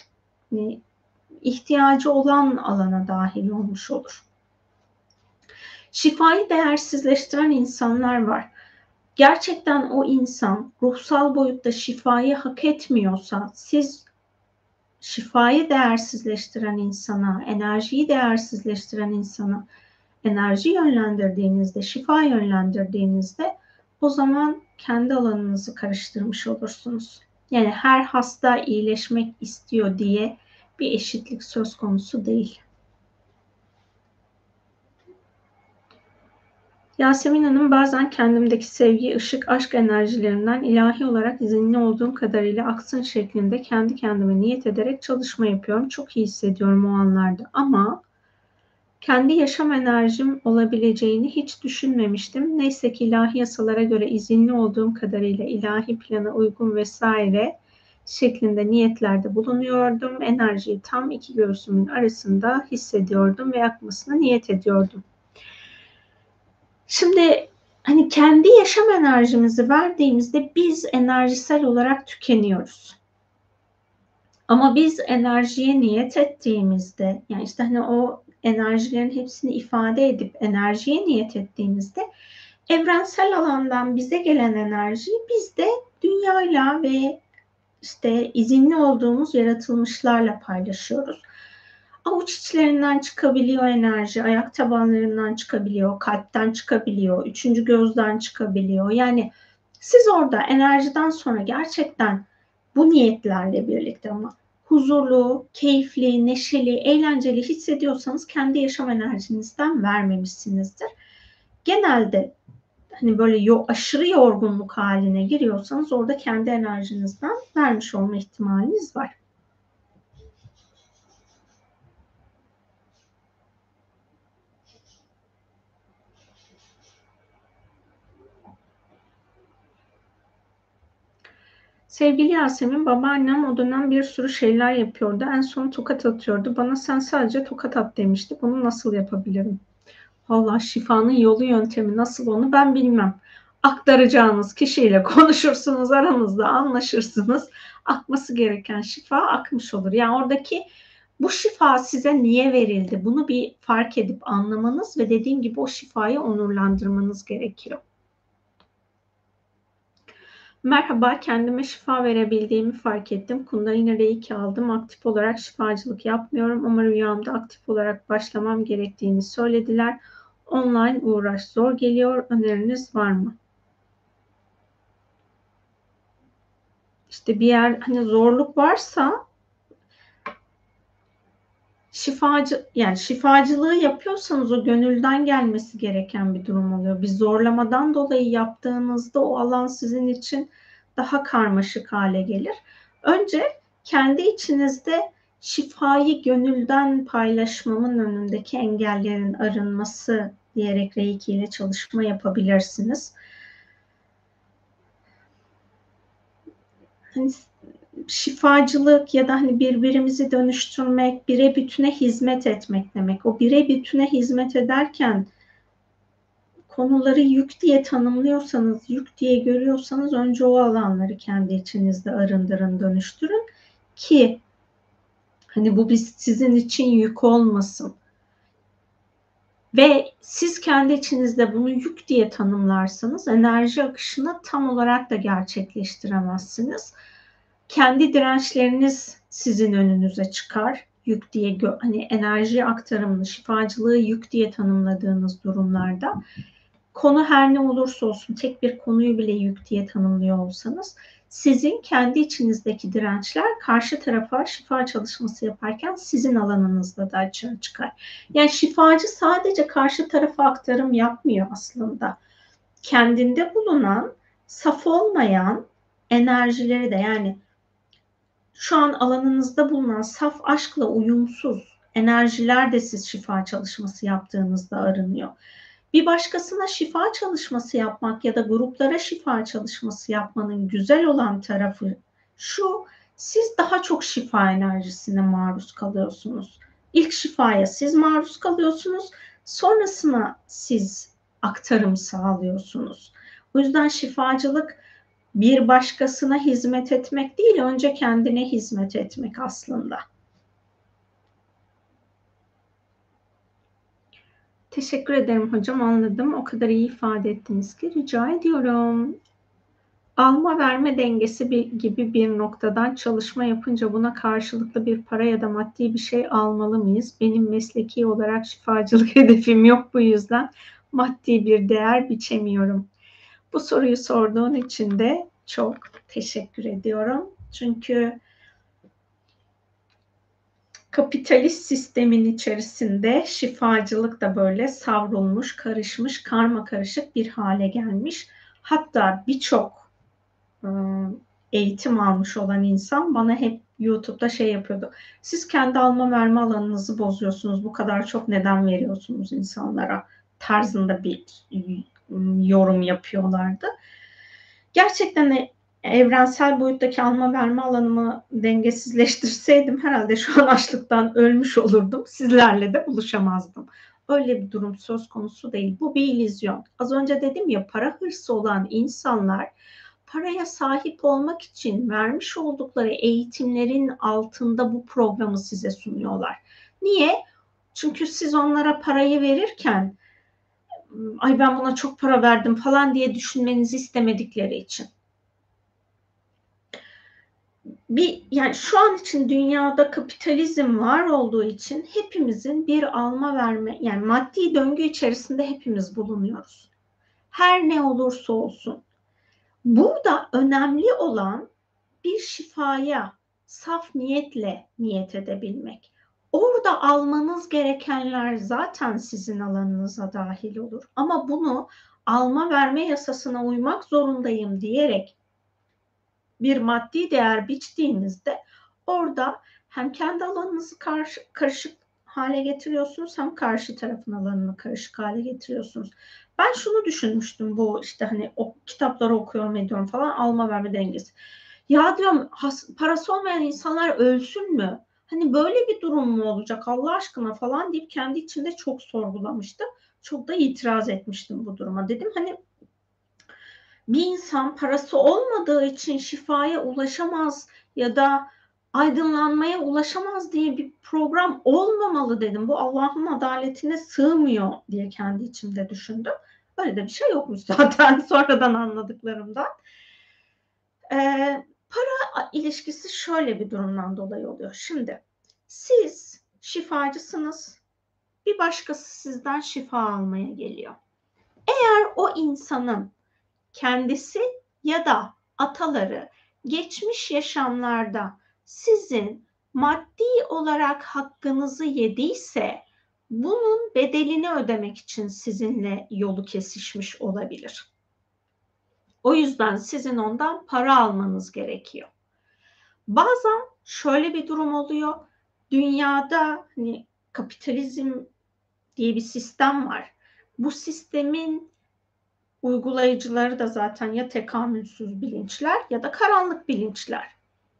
ihtiyacı olan alana dahil olmuş olur. Şifayı değersizleştiren insanlar var. Gerçekten o insan ruhsal boyutta şifayı hak etmiyorsa siz şifayı değersizleştiren insana, enerjiyi değersizleştiren insana enerji yönlendirdiğinizde, şifa yönlendirdiğinizde o zaman kendi alanınızı karıştırmış olursunuz. Yani her hasta iyileşmek istiyor diye bir eşitlik söz konusu değil. Yasemin Hanım, bazen kendimdeki sevgi, ışık, aşk enerjilerinden ilahi olarak izinli olduğum kadarıyla aksın şeklinde kendi kendime niyet ederek çalışma yapıyorum. Çok iyi hissediyorum o anlarda ama kendi yaşam enerjim olabileceğini hiç düşünmemiştim. Neyse ki ilahi yasalara göre izinli olduğum kadarıyla ilahi plana uygun vesaire şeklinde niyetlerde bulunuyordum. Enerjiyi tam iki göğsümün arasında hissediyordum ve akmasına niyet ediyordum. Şimdi hani kendi yaşam enerjimizi verdiğimizde biz enerjisel olarak tükeniyoruz. Ama biz enerjiye niyet ettiğimizde, yani işte hani o enerjilerin hepsini ifade edip enerjiye niyet ettiğimizde evrensel alandan bize gelen enerjiyi biz de dünyayla ve işte izinli olduğumuz yaratılmışlarla paylaşıyoruz. Avuç içlerinden çıkabiliyor enerji, ayak tabanlarından çıkabiliyor, kalpten çıkabiliyor, üçüncü gözden çıkabiliyor. Yani siz orada enerjiden sonra gerçekten bu niyetlerle birlikte ama huzurlu, keyifli, neşeli, eğlenceli hissediyorsanız kendi yaşam enerjinizden vermemişsinizdir. Genelde hani böyle aşırı yorgunluk haline giriyorsanız orada kendi enerjinizden vermiş olma ihtimaliniz var. Sevgili Yasemin, babaannem o dönem bir sürü şeyler yapıyordu. En son tokat atıyordu. Bana sen sadece tokat at demişti. Bunu nasıl yapabilirim? Vallahi şifanın yolu yöntemi nasıl onu ben bilmem. Aktaracağınız kişiyle konuşursunuz, aranızda anlaşırsınız. Akması gereken şifa akmış olur. Yani oradaki bu şifa size niye verildi? Bunu bir fark edip anlamanız ve dediğim gibi o şifayı onurlandırmanız gerekiyor. Merhaba, kendime şifa verebildiğimi fark ettim. Kundalini Reiki aldım. Aktif olarak şifacılık yapmıyorum ama rüyamda aktif olarak başlamam gerektiğini söylediler. Online uğraş zor geliyor. Öneriniz var mı? İşte bir yer hani zorluk varsa şifacılığı yapıyorsanız o gönülden gelmesi gereken bir durum oluyor. Bir zorlamadan dolayı yaptığınızda o alan sizin için daha karmaşık hale gelir. Önce kendi içinizde şifayı gönülden paylaşmamın önündeki engellerin arınması diyerek Reiki ile çalışma yapabilirsiniz. Hani şifacılık ya da hani birbirimizi dönüştürmek, bire bütüne hizmet etmek demek. O bire bütüne hizmet ederken konuları yük diye tanımlıyorsanız, yük diye görüyorsanız önce o alanları kendi içinizde arındırın, dönüştürün ki hani bu sizin için yük olmasın. Ve siz kendi içinizde bunu yük diye tanımlarsanız enerji akışını tam olarak da gerçekleştiremezsiniz. Kendi dirençleriniz sizin önünüze çıkar. Yük diye hani enerji aktarımını, şifacılığı yük diye tanımladığınız durumlarda konu her ne olursa olsun tek bir konuyu bile yük diye tanımlıyor olsanız sizin kendi içinizdeki dirençler karşı tarafa şifa çalışması yaparken sizin alanınızda da açığa çıkar. Yani şifacı sadece karşı tarafa aktarım yapmıyor aslında. Kendinde bulunan saf olmayan enerjileri de yani şu an alanınızda bulunan saf aşkla uyumsuz enerjiler de siz şifa çalışması yaptığınızda arınıyor. Bir başkasına şifa çalışması yapmak ya da gruplara şifa çalışması yapmanın güzel olan tarafı şu, siz daha çok şifa enerjisine maruz kalıyorsunuz. İlk şifaya siz maruz kalıyorsunuz, sonrasına siz aktarım sağlıyorsunuz. O yüzden şifacılık bir başkasına hizmet etmek değil, önce kendine hizmet etmek aslında. Teşekkür ederim hocam, anladım. O kadar iyi ifade ettiniz ki rica ediyorum. Alma verme dengesi gibi bir noktadan çalışma yapınca buna karşılıklı bir para ya da maddi bir şey almalı mıyız? Benim mesleki olarak şifacılık hedefim yok, bu yüzden maddi bir değer biçemiyorum. Bu soruyu sorduğun için de çok teşekkür ediyorum. Çünkü kapitalist sistemin içerisinde şifacılık da böyle savrulmuş, karışmış, karma karışık bir hale gelmiş. Hatta birçok eğitim almış olan insan bana hep YouTube'da şey yapıyordu. Siz kendi alma verme alanınızı bozuyorsunuz. Bu kadar çok neden veriyorsunuz insanlara tarzında bir yorum yapıyorlardı. Gerçekten evrensel boyuttaki alma verme alanımı dengesizleştirseydim herhalde şu an açlıktan ölmüş olurdum. Sizlerle de buluşamazdım. Öyle bir durum söz konusu değil. Bu bir illüzyon. Az önce dedim ya, para hırsı olan insanlar paraya sahip olmak için vermiş oldukları eğitimlerin altında bu programı size sunuyorlar. Niye? Çünkü siz onlara parayı verirken ay ben buna çok para verdim falan diye düşünmenizi istemedikleri için. Yani şu an için dünyada kapitalizm var olduğu için hepimizin bir alma verme, yani maddi döngü içerisinde hepimiz bulunuyoruz. Her ne olursa olsun. Burada önemli olan bir şifaya saf niyetle niyet edebilmek. Orada almanız gerekenler zaten sizin alanınıza dahil olur. Ama bunu alma verme yasasına uymak zorundayım diyerek bir maddi değer biçtiğinizde orada hem kendi alanınızı karışık hale getiriyorsunuz hem karşı tarafın alanını karışık hale getiriyorsunuz. Ben şunu düşünmüştüm, bu işte hani o kitapları okuyorum ediyorum falan, alma verme dengesi. Ya diyorum parası olmayan insanlar ölsün mü? Hani böyle bir durum mu olacak Allah aşkına falan deyip kendi içinde çok sorgulamıştım. Çok da itiraz etmiştim bu duruma. Dedim hani bir insan parası olmadığı için şifaya ulaşamaz ya da aydınlanmaya ulaşamaz diye bir program olmamalı dedim. Bu Allah'ın adaletine sığmıyor diye kendi içimde düşündüm. Öyle de bir şey yokmuş zaten sonradan anladıklarımdan. Para ilişkisi şöyle bir durumdan dolayı oluyor. Şimdi siz şifacısınız, bir başkası sizden şifa almaya geliyor. Eğer o insanın kendisi ya da ataları geçmiş yaşamlarda sizin maddi olarak hakkınızı yediyse bunun bedelini ödemek için sizinle yolu kesişmiş olabilir. O yüzden sizin ondan para almanız gerekiyor. Bazen şöyle bir durum oluyor. Dünyada hani kapitalizm diye bir sistem var. Bu sistemin uygulayıcıları da zaten ya tekamülsüz bilinçler ya da karanlık bilinçler.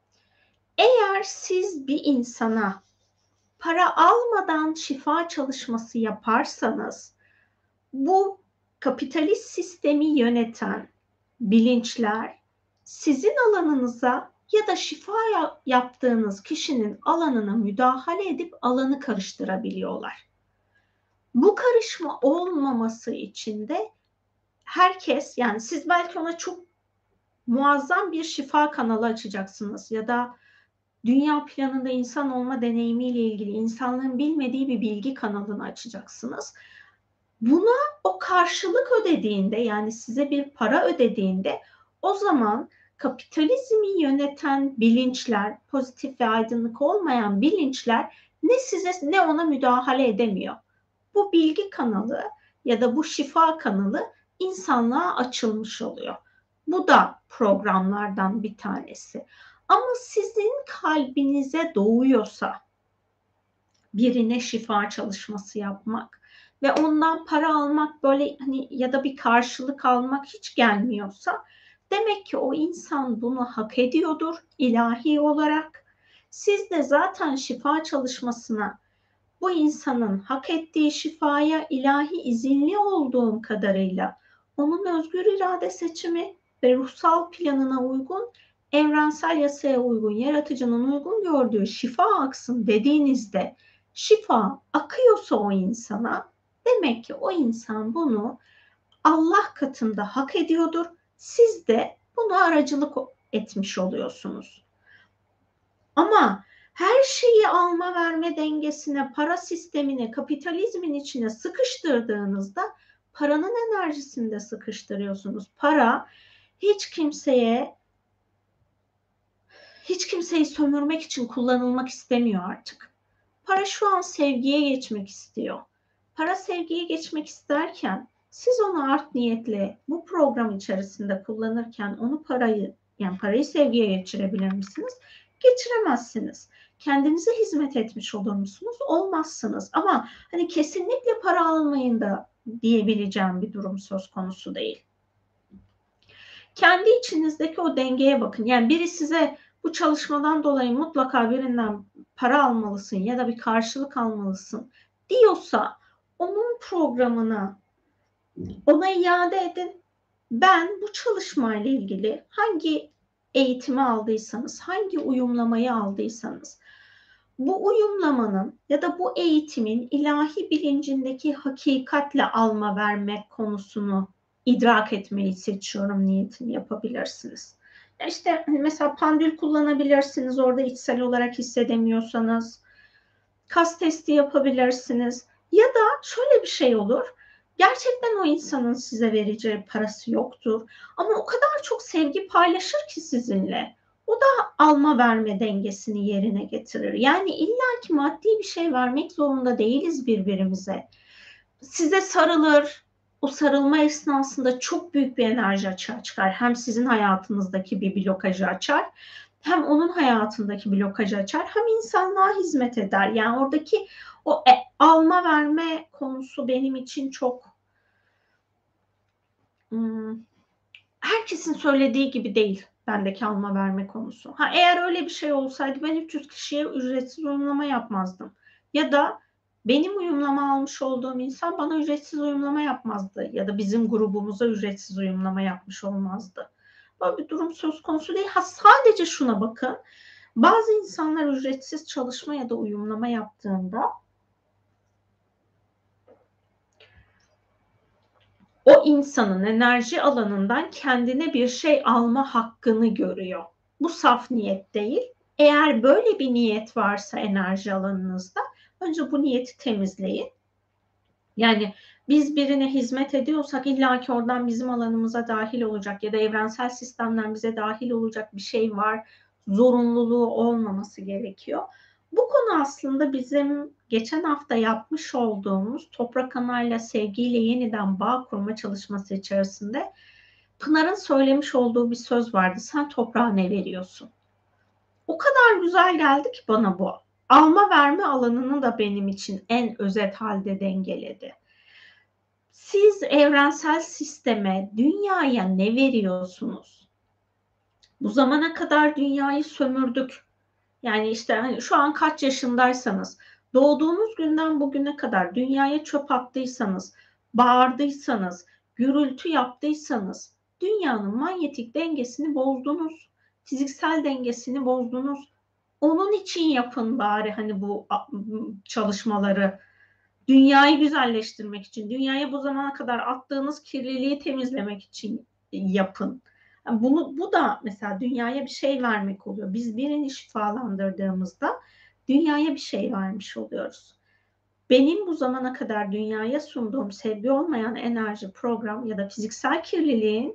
Eğer siz bir insana para almadan şifa çalışması yaparsanız bu kapitalist sistemi yöneten bilinçler sizin alanınıza ya da şifa yaptığınız kişinin alanına müdahale edip alanı karıştırabiliyorlar. Bu karışma olmaması için de herkes, yani siz belki ona çok muazzam bir şifa kanalı açacaksınız ya da dünya planında insan olma deneyimiyle ilgili insanlığın bilmediği bir bilgi kanalını açacaksınız. Buna o karşılık ödediğinde, yani size bir para ödediğinde, o zaman kapitalizmi yöneten bilinçler, pozitif ve aydınlık olmayan bilinçler ne size ne ona müdahale edemiyor. Bu bilgi kanalı ya da bu şifa kanalı insanlığa açılmış oluyor. Bu da programlardan bir tanesi. Ama sizin kalbinize doğuyorsa birine şifa çalışması yapmak ve ondan para almak, böyle hani ya da bir karşılık almak hiç gelmiyorsa demek ki o insan bunu hak ediyordur ilahi olarak. Siz de zaten şifa çalışmasına bu insanın hak ettiği şifaya ilahi izinli olduğum kadarıyla onun özgür irade seçimi ve ruhsal planına uygun, evrensel yasaya uygun, yaratıcının uygun gördüğü şifa aksın dediğinizde şifa akıyorsa o insana, demek ki o insan bunu Allah katında hak ediyordur. Siz de bunu aracılık etmiş oluyorsunuz. Ama her şeyi alma verme dengesine, para sistemine, kapitalizmin içine sıkıştırdığınızda paranın enerjisini de sıkıştırıyorsunuz. Para hiç kimseyi sömürmek için kullanılmak istemiyor artık. Para şu an sevgiye geçmek istiyor. Para sevgiye geçmek isterken siz onu art niyetle bu program içerisinde kullanırken onu parayı sevgiye geçirebilir misiniz? Geçiremezsiniz. Kendinize hizmet etmiş olur musunuz? Olmazsınız. Ama hani kesinlikle para almayın da diyebileceğim bir durum söz konusu değil. Kendi içinizdeki o dengeye bakın. Yani biri size bu çalışmadan dolayı mutlaka birinden para almalısın ya da bir karşılık almalısın diyorsa onun programını ona iade edin. Ben bu çalışmayla ilgili hangi eğitimi aldıysanız, hangi uyumlamayı aldıysanız, bu uyumlamanın ya da bu eğitimin ilahi bilincindeki hakikatle alma verme konusunu idrak etmeyi seçiyorum niyetini yapabilirsiniz. İşte mesela pandül kullanabilirsiniz orada içsel olarak hissedemiyorsanız. Kas testi yapabilirsiniz. Ya da şöyle bir şey olur. Gerçekten o insanın size vereceği parası yoktur. Ama o kadar çok sevgi paylaşır ki sizinle. O da alma verme dengesini yerine getirir. Yani illaki maddi bir şey vermek zorunda değiliz birbirimize. Size sarılır. O sarılma esnasında çok büyük bir enerji açığa çıkar. Hem sizin hayatınızdaki bir blokajı açar, hem onun hayatındaki blokajı açar, hem insanlığa hizmet eder. Yani oradaki o alma verme konusu benim için çok herkesin söylediği gibi değil Bendeki alma verme konusu. Ha, eğer öyle bir şey olsaydı ben 300 kişiye ücretsiz uyumlama yapmazdım. Ya da benim uyumlama almış olduğum insan bana ücretsiz uyumlama yapmazdı. Ya da bizim grubumuza ücretsiz uyumlama yapmış olmazdı. Böyle bir durum söz konusu değil. Ha, sadece şuna bakın. Bazı insanlar ücretsiz çalışma ya da uyumlama yaptığında o insanın enerji alanından kendine bir şey alma hakkını görüyor. Bu saf niyet değil. Eğer böyle bir niyet varsa enerji alanınızda önce bu niyeti temizleyin. Yani biz birine hizmet ediyorsak illaki oradan bizim alanımıza dahil olacak ya da evrensel sistemden bize dahil olacak bir şey var. Zorunluluğu olmaması gerekiyor. Bu konu aslında bizim geçen hafta yapmış olduğumuz Toprak Ana'yla sevgiyle yeniden bağ kurma çalışması içerisinde Pınar'ın söylemiş olduğu bir söz vardı. Sen toprağa ne veriyorsun? O kadar güzel geldi ki bana bu. Alma verme alanını da benim için en özet halde dengeledi. Siz evrensel sisteme, dünyaya ne veriyorsunuz? Bu zamana kadar dünyayı sömürdük. Yani işte hani şu an kaç yaşındaysanız, doğduğunuz günden bugüne kadar dünyaya çöp attıysanız, bağırdıysanız, gürültü yaptıysanız, dünyanın manyetik dengesini bozdunuz. Fiziksel dengesini bozdunuz. Onun için yapın bari hani bu çalışmaları. Dünyayı güzelleştirmek için, dünyaya bu zamana kadar attığınız kirliliği temizlemek için yapın. Yani bu da mesela dünyaya bir şey vermek oluyor. Biz birini şifalandırdığımızda dünyaya bir şey vermiş oluyoruz. Benim bu zamana kadar dünyaya sunduğum sevgi olmayan enerji, program ya da fiziksel kirliliğin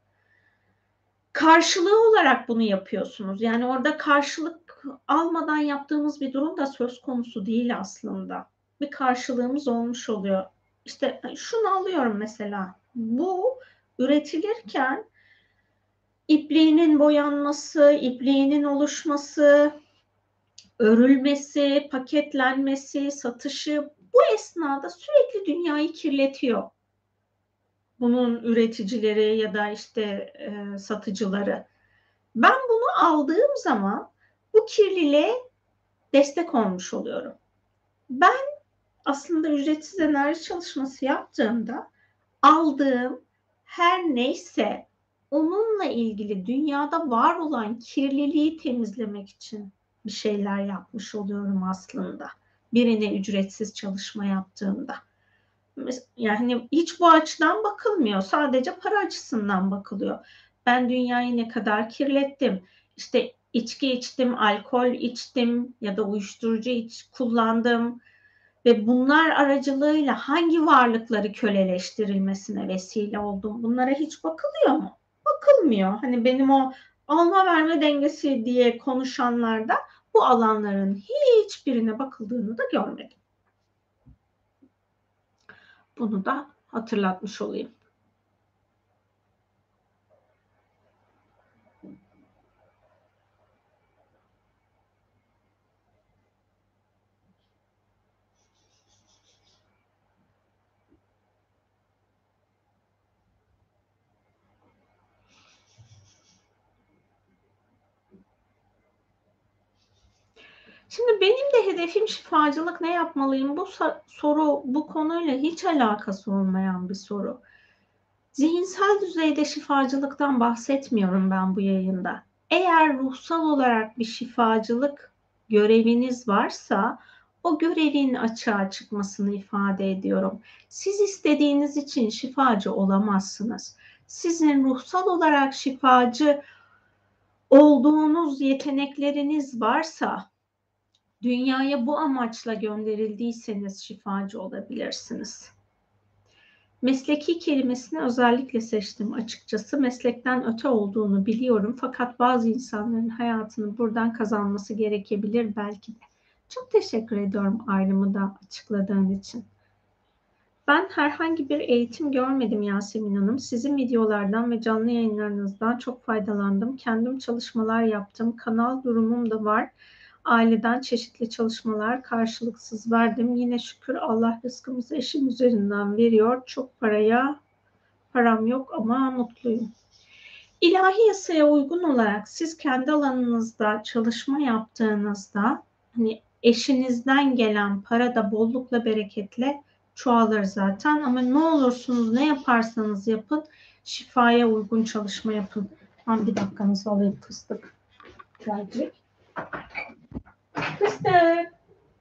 karşılığı olarak bunu yapıyorsunuz. Yani orada karşılık almadan yaptığımız bir durum da söz konusu değil aslında. Bir karşılığımız olmuş oluyor. İşte şunu alıyorum mesela. Bu üretilirken ipliğinin boyanması, ipliğinin oluşması, örülmesi, paketlenmesi, satışı bu esnada sürekli dünyayı kirletiyor. Bunun üreticileri ya da işte satıcıları. Ben bunu aldığım zaman bu kirliliğe destek olmuş oluyorum. Ben aslında ücretsiz enerji çalışması yaptığımda aldığım her neyse onunla ilgili dünyada var olan kirliliği temizlemek için bir şeyler yapmış oluyorum aslında. Birine ücretsiz çalışma yaptığımda. Yani hiç bu açıdan bakılmıyor. Sadece para açısından bakılıyor. Ben dünyayı ne kadar kirlettim. İşte içki içtim, alkol içtim ya da uyuşturucu kullandım. Ve bunlar aracılığıyla hangi varlıkları köleleştirilmesine vesile oldum? Bunlara hiç bakılıyor mu? Bakılmıyor. Hani benim o alma verme dengesi diye konuşanlarda bu alanların hiçbirine bakıldığını da görmedim. Bunu da hatırlatmış olayım. Şimdi benim de hedefim şifacılık, ne yapmalıyım? Bu soru bu konuyla hiç alakası olmayan bir soru. Zihinsel düzeyde şifacılıktan bahsetmiyorum ben bu yayında. Eğer ruhsal olarak bir şifacılık göreviniz varsa o görevin açığa çıkmasını ifade ediyorum. Siz istediğiniz için şifacı olamazsınız. Sizin ruhsal olarak şifacı olduğunuz yetenekleriniz varsa, dünyaya bu amaçla gönderildiyseniz şifacı olabilirsiniz. Mesleki kelimesini özellikle seçtim açıkçası. Meslekten öte olduğunu biliyorum fakat bazı insanların hayatını buradan kazanması gerekebilir belki de. Çok teşekkür ediyorum ayrımı da açıkladığın için. Ben herhangi bir eğitim görmedim Yasemin Hanım. Sizin videolardan ve canlı yayınlarınızdan çok faydalandım. Kendim çalışmalar yaptım. Kanal durumum da var. Aileden çeşitli çalışmalar karşılıksız verdim. Yine şükür Allah rızkımızı eşim üzerinden veriyor. Çok param yok ama mutluyum. İlahi yasaya uygun olarak siz kendi alanınızda çalışma yaptığınızda hani eşinizden gelen para da bollukla bereketle çoğalır zaten. Ama ne olursunuz ne yaparsanız yapın şifaya uygun çalışma yapın. Ben bir dakikanızı alayım, fıstık gelecek. Fıstık.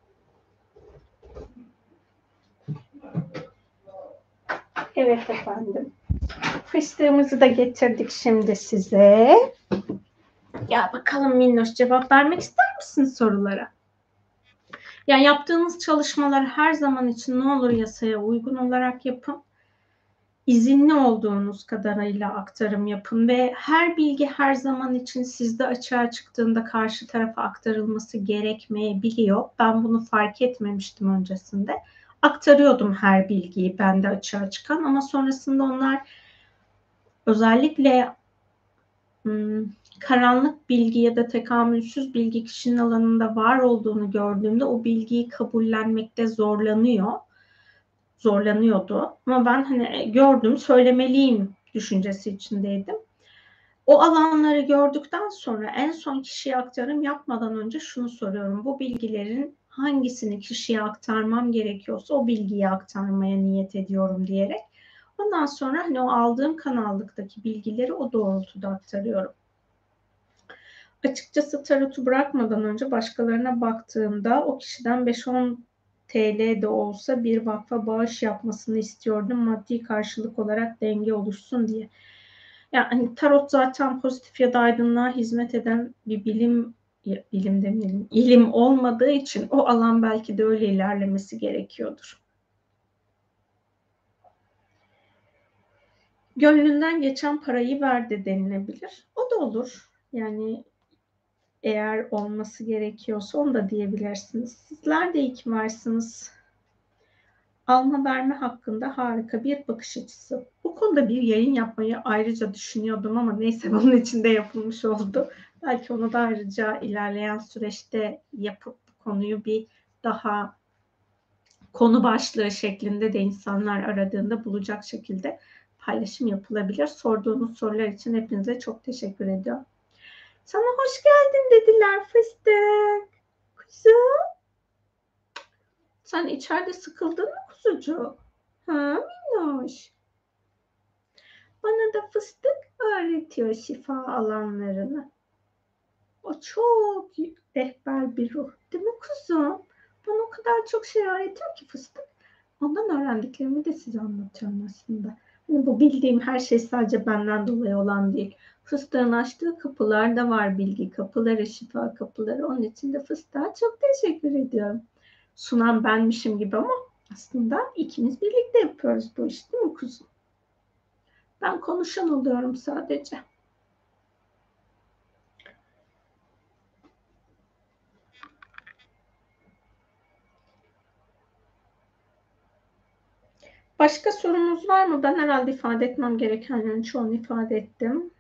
Evet efendim. Fıstığımızı da getirdik şimdi size. Ya bakalım Minnoş, cevap vermek ister misin sorulara? Ya yaptığınız çalışmalar her zaman için ne olur yasaya uygun olarak yapın. İzinli olduğunuz kadarıyla aktarım yapın ve her bilgi her zaman için sizde açığa çıktığında karşı tarafa aktarılması gerekmeyebiliyor. Ben bunu fark etmemiştim öncesinde. Aktarıyordum her bilgiyi bende açığa çıkan ama sonrasında onlar özellikle karanlık bilgi ya da tekamülsüz bilgi kişinin alanında var olduğunu gördüğümde o bilgiyi kabullenmekte zorlanıyordu. Ama ben hani gördüm, söylemeliyim düşüncesi içindeydim. O alanları gördükten sonra en son kişiye aktarım yapmadan önce şunu soruyorum. Bu bilgilerin hangisini kişiye aktarmam gerekiyorsa o bilgiyi aktarmaya niyet ediyorum diyerek. Ondan sonra hani o aldığım kanallıktaki bilgileri o doğrultuda aktarıyorum. Açıkçası tarotu bırakmadan önce başkalarına baktığımda o kişiden 5-10 TL de olsa bir vakfa bağış yapmasını istiyordum maddi karşılık olarak denge oluşsun diye. Yani tarot zaten pozitif ya da aydınlığa hizmet eden bir bilim demeyelim, ilim olmadığı için o alan belki de öyle ilerlemesi gerekiyordur. Gönlünden geçen parayı ver de denilebilir. O da olur. Yani eğer olması gerekiyorsa onu da diyebilirsiniz. Sizler de iyi ki varsınız. Alma verme hakkında harika bir bakış açısı. Bu konuda bir yayın yapmayı ayrıca düşünüyordum ama neyse bunun için de yapılmış oldu. Belki onu da ayrıca ilerleyen süreçte yapıp konuyu bir daha konu başlığı şeklinde de insanlar aradığında bulacak şekilde paylaşım yapılabilir. Sorduğunuz sorular için hepinize çok teşekkür ediyorum. Sana hoş geldin dediler fıstık. Kuzum. Sen içeride sıkıldın mı kuzucuğum? Ha minnoş. Bana da fıstık öğretiyor şifa alanlarını. O çok rehber bir ruh. Değil mi kuzum? Bana o kadar çok şey öğretiyor ki fıstık. Ondan öğrendiklerimi de size anlatıyorum aslında. Hani bu bildiğim her şey sadece benden dolayı olan değil. Fıstığın açtığı kapılar da var, bilgi kapıları, şifa kapıları. Onun için de fıstığa çok teşekkür ediyorum. Sunan benmişim gibi ama aslında ikimiz birlikte yapıyoruz bu işi, değil mi kuzum? Ben konuşan oluyorum sadece. Başka sorunuz var mı? Ben herhalde ifade etmem gerekenlerin çoğunu ifade ettim.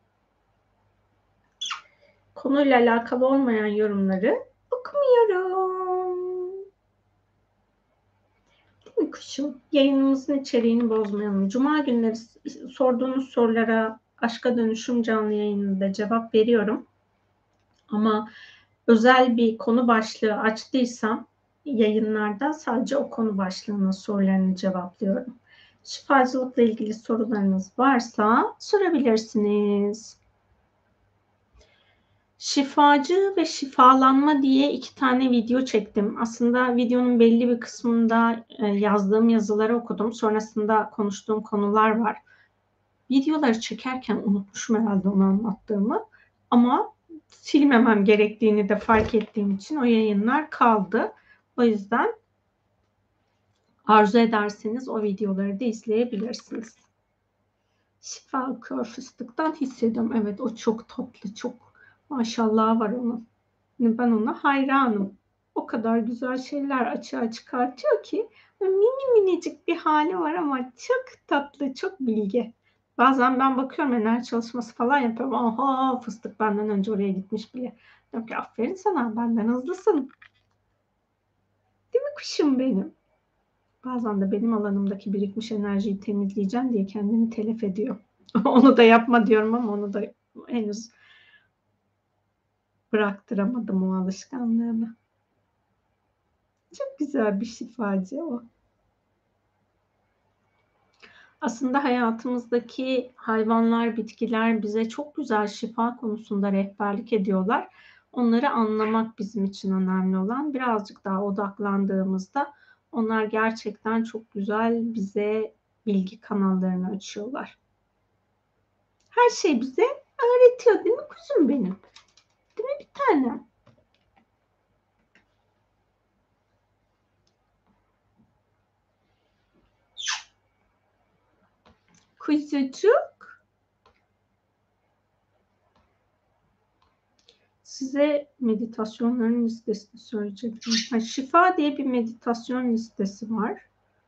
Konuyla alakalı olmayan yorumları okumuyorum. Değil mi kuşum? Yayınımızın içeriğini bozmayalım. Cuma günleri sorduğunuz sorulara Aşka Dönüşüm canlı yayınında cevap veriyorum. Ama özel bir konu başlığı açtıysam yayınlarda sadece o konu başlığının sorularını cevaplıyorum. Şifacılıkla ilgili sorularınız varsa sorabilirsiniz. Şifacı ve şifalanma diye 2 tane video çektim. Aslında videonun belli bir kısmında yazdığım yazıları okudum. Sonrasında konuştuğum konular var. Videoları çekerken unutmuşum herhalde onu anlattığımı. Ama silmemem gerektiğini de fark ettiğim için o yayınlar kaldı. O yüzden arzu ederseniz o videoları da izleyebilirsiniz. Şifa kör fıstıktan hissediyorum. Evet o çok tatlı, çok maşallah var onun. Ben ona hayranım. O kadar güzel şeyler açığa çıkartıyor ki mini minicik bir hali var ama çok tatlı, çok bilge. Bazen ben bakıyorum enerji çalışması falan yapıyorum. Aha fıstık benden önce oraya gitmiş bile. Diyorum ki aferin sana benden hızlısın. Değil mi kuşum benim? Bazen de benim alanımdaki birikmiş enerjiyi temizleyeceğim diye kendini telef ediyor. Onu da yapma diyorum ama onu da henüz bıraktıramadım o alışkanlığını. Çok güzel bir şifacı o. Aslında hayatımızdaki hayvanlar, bitkiler bize çok güzel şifa konusunda rehberlik ediyorlar. Onları anlamak bizim için önemli olan. Birazcık daha odaklandığımızda onlar gerçekten çok güzel bize bilgi kanallarını açıyorlar. Her şey bize öğretiyor değil mi kuzum benim? Değil mi bir tanem? Kuzucuk. Size meditasyonların listesini söyleyecektim. Şifa diye bir meditasyon listesi var.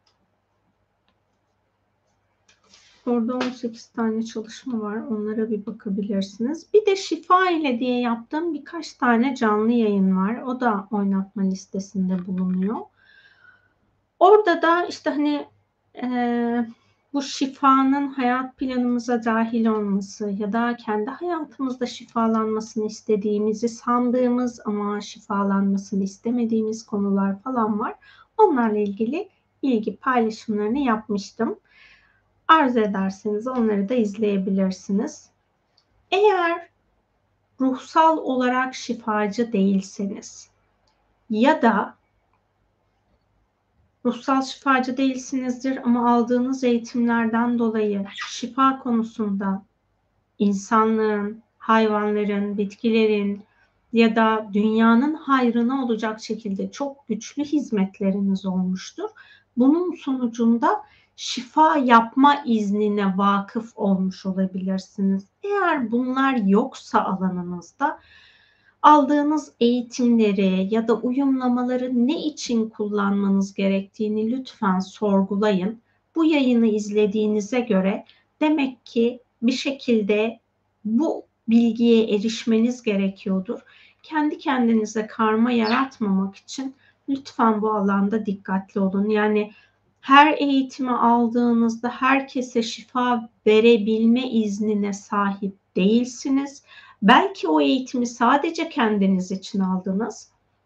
Orada 18 tane çalışma var. Onlara bir bakabilirsiniz. Bir de şifa ile diye yaptığım birkaç tane canlı yayın var. O da oynatma listesinde bulunuyor. Orada da işte hani bu şifanın hayat planımıza dahil olması ya da kendi hayatımızda şifalanmasını istediğimizi sandığımız ama şifalanmasını istemediğimiz konular falan var. Onlarla ilgili bilgi paylaşımlarını yapmıştım. Arzu ederseniz onları da izleyebilirsiniz. Eğer ruhsal olarak şifacı değilseniz ya da ruhsal şifacı değilsinizdir ama aldığınız eğitimlerden dolayı şifa konusunda insanlığın, hayvanların, bitkilerin ya da dünyanın hayrına olacak şekilde çok güçlü hizmetleriniz olmuştur. Bunun sonucunda şifa yapma iznine vakıf olmuş olabilirsiniz. Eğer bunlar yoksa alanınızda aldığınız eğitimleri ya da uyumlamaları ne için kullanmanız gerektiğini lütfen sorgulayın. Bu yayını izlediğinize göre demek ki bir şekilde bu bilgiye erişmeniz gerekiyordur. Kendi kendinize karma yaratmamak için lütfen bu alanda dikkatli olun. Yani her eğitimi aldığınızda herkese şifa verebilme iznine sahip değilsiniz. Belki o eğitimi sadece kendiniz için aldınız.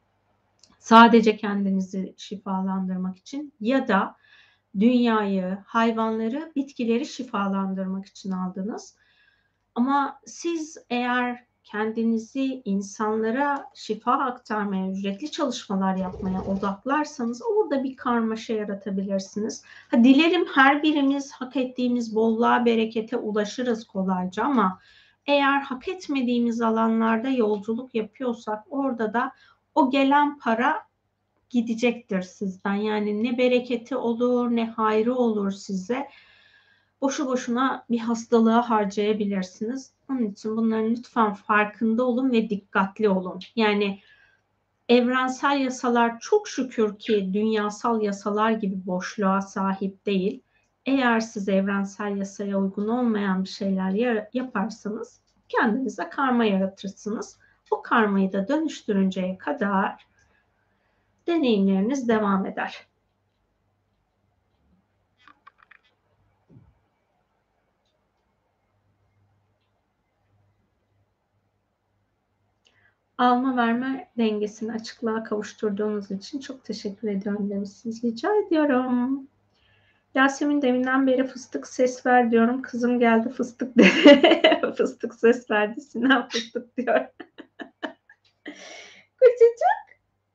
Sadece kendinizi şifalandırmak için ya da dünyayı, hayvanları, bitkileri şifalandırmak için aldınız. Ama siz eğer kendinizi insanlara şifa aktarmaya, ücretli çalışmalar yapmaya odaklarsanız orada bir karmaşa yaratabilirsiniz. Dilerim her birimiz hak ettiğimiz bolluğa, berekete ulaşırız kolayca ama eğer hak etmediğimiz alanlarda yolculuk yapıyorsak orada da o gelen para gidecektir sizden. Yani ne bereketi olur ne hayrı olur size. Boşu boşuna bir hastalığa harcayabilirsiniz. Onun için bunların lütfen farkında olun ve dikkatli olun. Yani evrensel yasalar çok şükür ki dünyasal yasalar gibi boşluğa sahip değil. Eğer siz evrensel yasaya uygun olmayan bir şeyler yaparsanız kendinize karma yaratırsınız. O karmayı da dönüştürünceye kadar deneyimleriniz devam eder. Alma verme dengesini açıklığa kavuşturduğunuz için çok teşekkür ediyorum demişsiniz. Rica ediyorum. Yasemin deminden beri fıstık ses ver diyorum. Kızım geldi fıstık dedi. Fıstık ses verdi. Sinan fıstık diyor. Küçücük.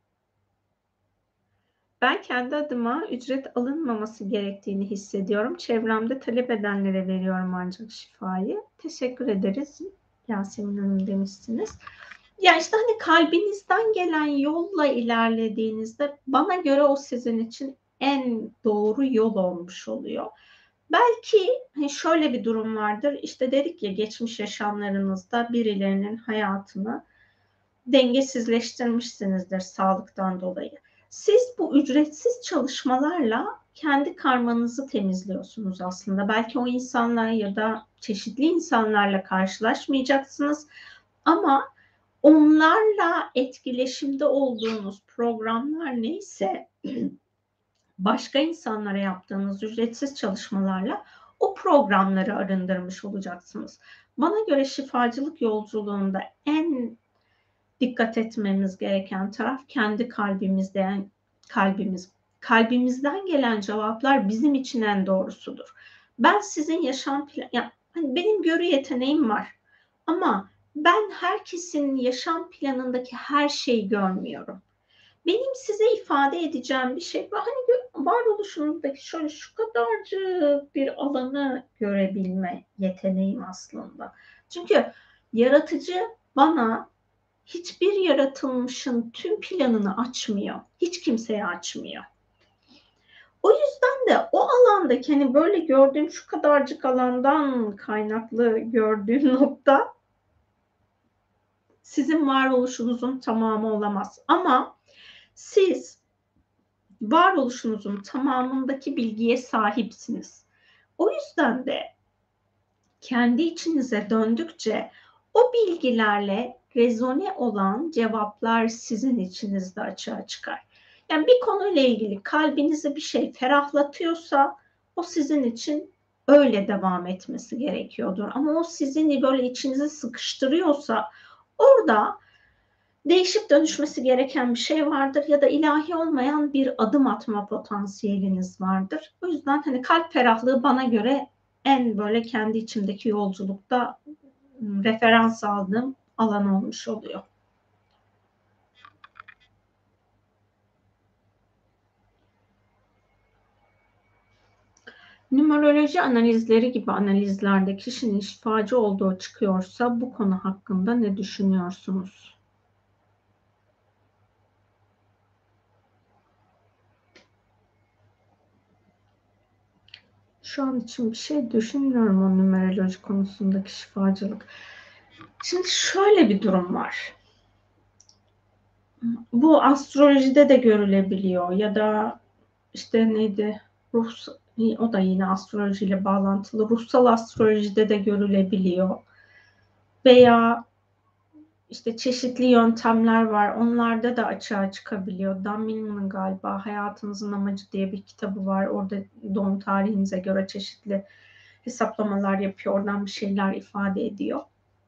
Ben kendi adıma ücret alınmaması gerektiğini hissediyorum. Çevremde talep edenlere veriyorum ancak şifayı. Teşekkür ederiz. Yasemin Hanım demişsiniz. Ya işte hani kalbinizden gelen yolla ilerlediğinizde bana göre o sizin için en doğru yol olmuş oluyor. Belki hani şöyle bir durum vardır. İşte dedik ya geçmiş yaşamlarınızda birilerinin hayatını dengesizleştirmişsinizdir sağlıktan dolayı. Siz bu ücretsiz çalışmalarla kendi karmanızı temizliyorsunuz aslında. Belki o insanlar ya da çeşitli insanlarla karşılaşmayacaksınız ama onlarla etkileşimde olduğunuz programlar neyse başka insanlara yaptığınız ücretsiz çalışmalarla o programları arındırmış olacaksınız. Bana göre şifacılık yolculuğunda en dikkat etmemiz gereken taraf kendi kalbimizden gelen cevaplar bizim için en doğrusudur. Ben sizin yaşam planı, yani hani benim görü yeteneğim var ama ben herkesin yaşam planındaki her şeyi görmüyorum. Benim size ifade edeceğim bir şey var. Hani varoluşunuzdaki şöyle şu kadarcık bir alanı görebilme yeteneğim aslında. Çünkü yaratıcı bana hiçbir yaratılmışın tüm planını açmıyor. Hiç kimseye açmıyor. O yüzden de o alandaki hani böyle gördüğüm şu kadarcık alandan kaynaklı gördüğüm nokta sizin varoluşunuzun tamamı olamaz. Ama siz varoluşunuzun tamamındaki bilgiye sahipsiniz. O yüzden de kendi içinize döndükçe o bilgilerle rezone olan cevaplar sizin içinizde açığa çıkar. Yani bir konuyla ilgili kalbinizi bir şey ferahlatıyorsa o sizin için öyle devam etmesi gerekiyordur. Ama o sizin böyle içinizi sıkıştırıyorsa orada değişip dönüşmesi gereken bir şey vardır ya da ilahi olmayan bir adım atma potansiyeliniz vardır. O yüzden hani kalp ferahlığı bana göre en böyle kendi içimdeki yolculukta referans aldığım alan olmuş oluyor. Numeroloji analizleri gibi analizlerde kişinin şifacı olduğu çıkıyorsa bu konu hakkında ne düşünüyorsunuz? Şu an için bir şey düşünmüyorum o numeroloji konusundaki şifacılık. Şimdi şöyle bir durum var. Bu astrolojide de görülebiliyor ya da işte neydi o da yine astrolojiyle bağlantılı ruhsal astrolojide de görülebiliyor veya işte çeşitli yöntemler var onlarda da açığa çıkabiliyor. Dan Millman'ın galiba Hayatınızın Amacı diye bir kitabı var, orada doğum tarihinize göre çeşitli hesaplamalar yapıyor, oradan bir şeyler ifade ediyor.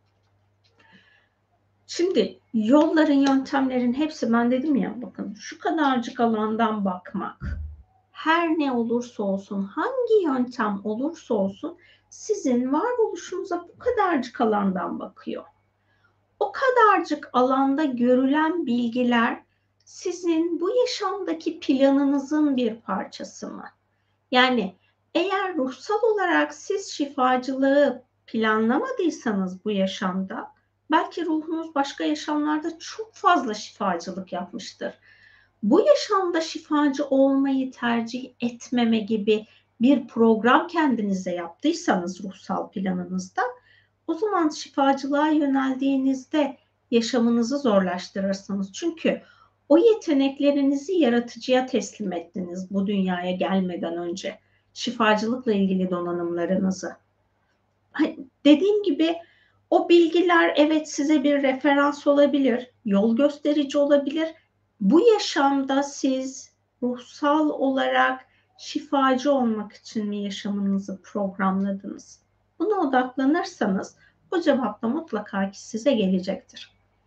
Şimdi yolların, yöntemlerin hepsi, ben dedim ya bakın şu kadarcık alandan bakmak, her ne olursa olsun, hangi yöntem olursa olsun sizin varoluşunuza bu kadarcık alandan bakıyor. O kadarcık alanda görülen bilgiler sizin bu yaşamdaki planınızın bir parçası mı? Yani eğer ruhsal olarak siz şifacılığı planlamadıysanız bu yaşamda, belki ruhunuz başka yaşamlarda çok fazla şifacılık yapmıştır. Bu yaşamda şifacı olmayı tercih etmeme gibi bir program kendinize yaptıysanız ruhsal planınızda, o zaman şifacılığa yöneldiğinizde yaşamınızı zorlaştırırsınız. Çünkü o yeteneklerinizi yaratıcıya teslim ettiniz bu dünyaya gelmeden önce. Şifacılıkla ilgili donanımlarınızı. Dediğim gibi o bilgiler evet size bir referans olabilir, yol gösterici olabilir. Bu yaşamda siz ruhsal olarak şifacı olmak için mi yaşamınızı programladınız? Buna odaklanırsanız o cevap da mutlaka ki size gelecektir.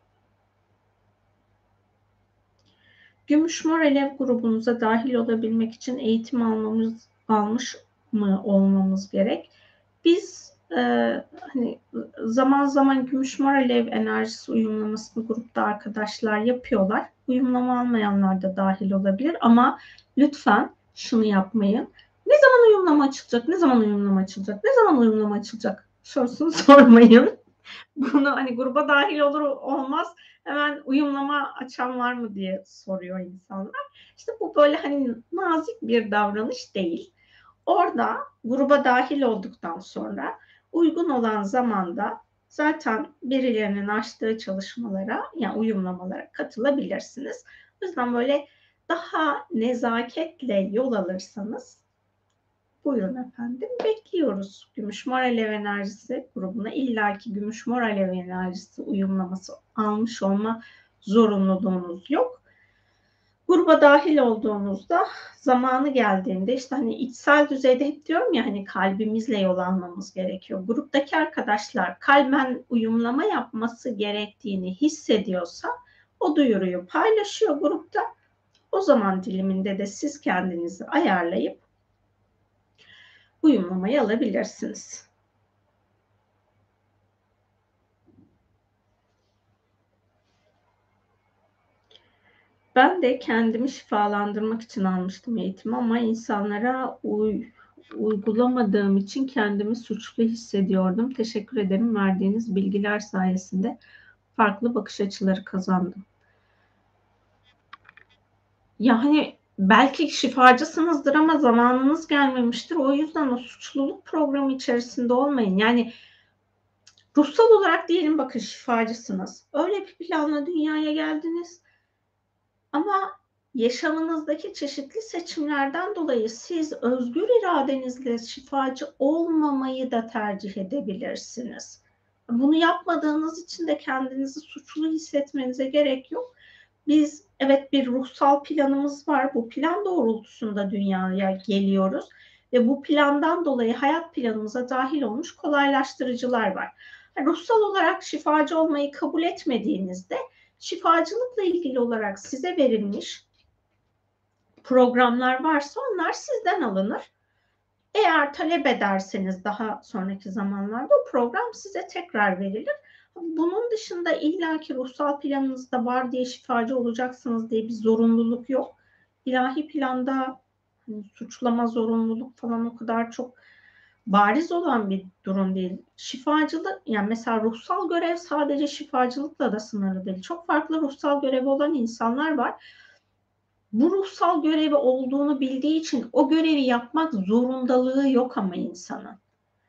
Gümüş Mor Alev grubunuza dahil olabilmek için eğitim almış mı olmamız gerek? Biz hani zaman zaman Gümüş Mor Alev enerjisi uyumlamasını grupta arkadaşlar yapıyorlar. Uyumlama almayanlar da dahil olabilir ama lütfen şunu yapmayın. Ne zaman uyumlama açılacak? Ne zaman uyumlama açılacak? Ne zaman uyumlama açılacak? Sorusunu sormayın. Bunu hani gruba dahil olur olmaz hemen uyumlama açan var mı diye soruyor insanlar. İşte bu böyle hani nazik bir davranış değil. Orada gruba dahil olduktan sonra uygun olan zamanda zaten birilerinin açtığı çalışmalara, yani uyumlamalara katılabilirsiniz. O yüzden böyle daha nezaketle yol alırsanız buyurun efendim, bekliyoruz. Gümüş Mor Alev enerjisi grubuna illaki Gümüş Mor Alev enerjisi uyumlaması almış olma zorunluluğunuz yok. Gruba dahil olduğunuzda, zamanı geldiğinde işte hani içsel düzeyde hep diyorum ya hani kalbimizle yol almamız gerekiyor. Gruptaki arkadaşlar kalben uyumlama yapması gerektiğini hissediyorsa o duyuruyu paylaşıyor grupta. O zaman diliminde de siz kendinizi ayarlayıp uyumlamayı alabilirsiniz. Ben de kendimi şifalandırmak için almıştım eğitimi ama insanlara uygulamadığım için kendimi suçlu hissediyordum. Teşekkür ederim, verdiğiniz bilgiler sayesinde farklı bakış açıları kazandım. Yani belki şifacısınızdır ama zamanınız gelmemiştir. O yüzden o suçluluk programı içerisinde olmayın. Yani ruhsal olarak diyelim, bakın şifacısınız. Öyle bir planla dünyaya geldiniz. Ama yaşamınızdaki çeşitli seçimlerden dolayı siz özgür iradenizle şifacı olmamayı da tercih edebilirsiniz. Bunu yapmadığınız için de kendinizi suçlu hissetmenize gerek yok. Biz evet bir ruhsal planımız var. Bu plan doğrultusunda dünyaya geliyoruz ve bu plandan dolayı hayat planımıza dahil olmuş kolaylaştırıcılar var. Ruhsal olarak şifacı olmayı kabul etmediğinizde şifacılıkla ilgili olarak size verilmiş programlar varsa onlar sizden alınır. Eğer talep ederseniz daha sonraki zamanlarda o program size tekrar verilir. Bunun dışında illaki ruhsal planınızda var diye şifacı olacaksınız diye bir zorunluluk yok. İlahi planda suçlama, zorunluluk falan o kadar çok bariz olan bir durum değil. Şifacılık, yani mesela ruhsal görev sadece şifacılıkla da sınırlı değil. Çok farklı ruhsal görevi olan insanlar var. Bu ruhsal görevi olduğunu bildiği için o görevi yapmak zorundalığı yok ama insanın.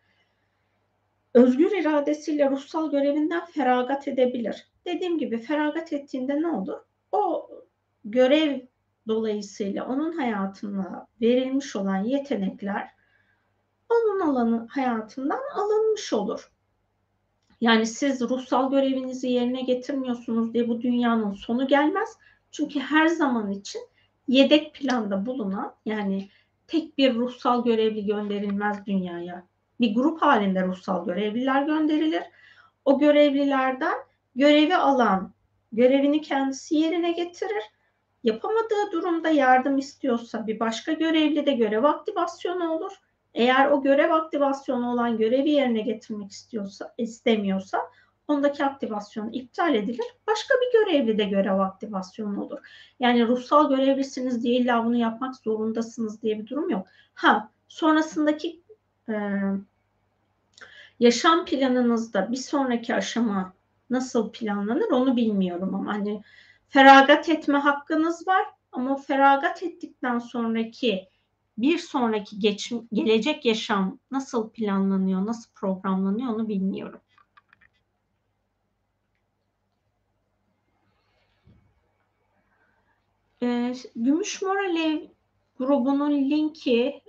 Özgür iradesiyle ruhsal görevinden feragat edebilir. Dediğim gibi feragat ettiğinde ne olur? O görev dolayısıyla onun hayatına verilmiş olan yetenekler onun alanı hayatından alınmış olur. Yani siz ruhsal görevinizi yerine getirmiyorsunuz diye bu dünyanın sonu gelmez. Çünkü her zaman için yedek planda bulunan, yani tek bir ruhsal görevli gönderilmez dünyaya. Bir grup halinde ruhsal görevliler gönderilir. O görevlilerden görevi alan görevini kendisi yerine getirir. Yapamadığı durumda yardım istiyorsa bir başka görevli de görev aktivasyonu olur. Eğer o görev aktivasyonu olan görevi yerine getirmek istemiyorsa ondaki aktivasyon iptal edilir. Başka bir görevli de görev aktivasyonu olur. Yani ruhsal görevlisiniz diye illa bunu yapmak zorundasınız diye bir durum yok. Sonrasındaki yaşam planınızda bir sonraki aşama nasıl planlanır onu bilmiyorum ama hani feragat etme hakkınız var ama feragat ettikten sonraki bir sonraki gelecek yaşam nasıl planlanıyor, nasıl programlanıyor onu bilmiyorum. Gümüş Mor Alev grubunun linki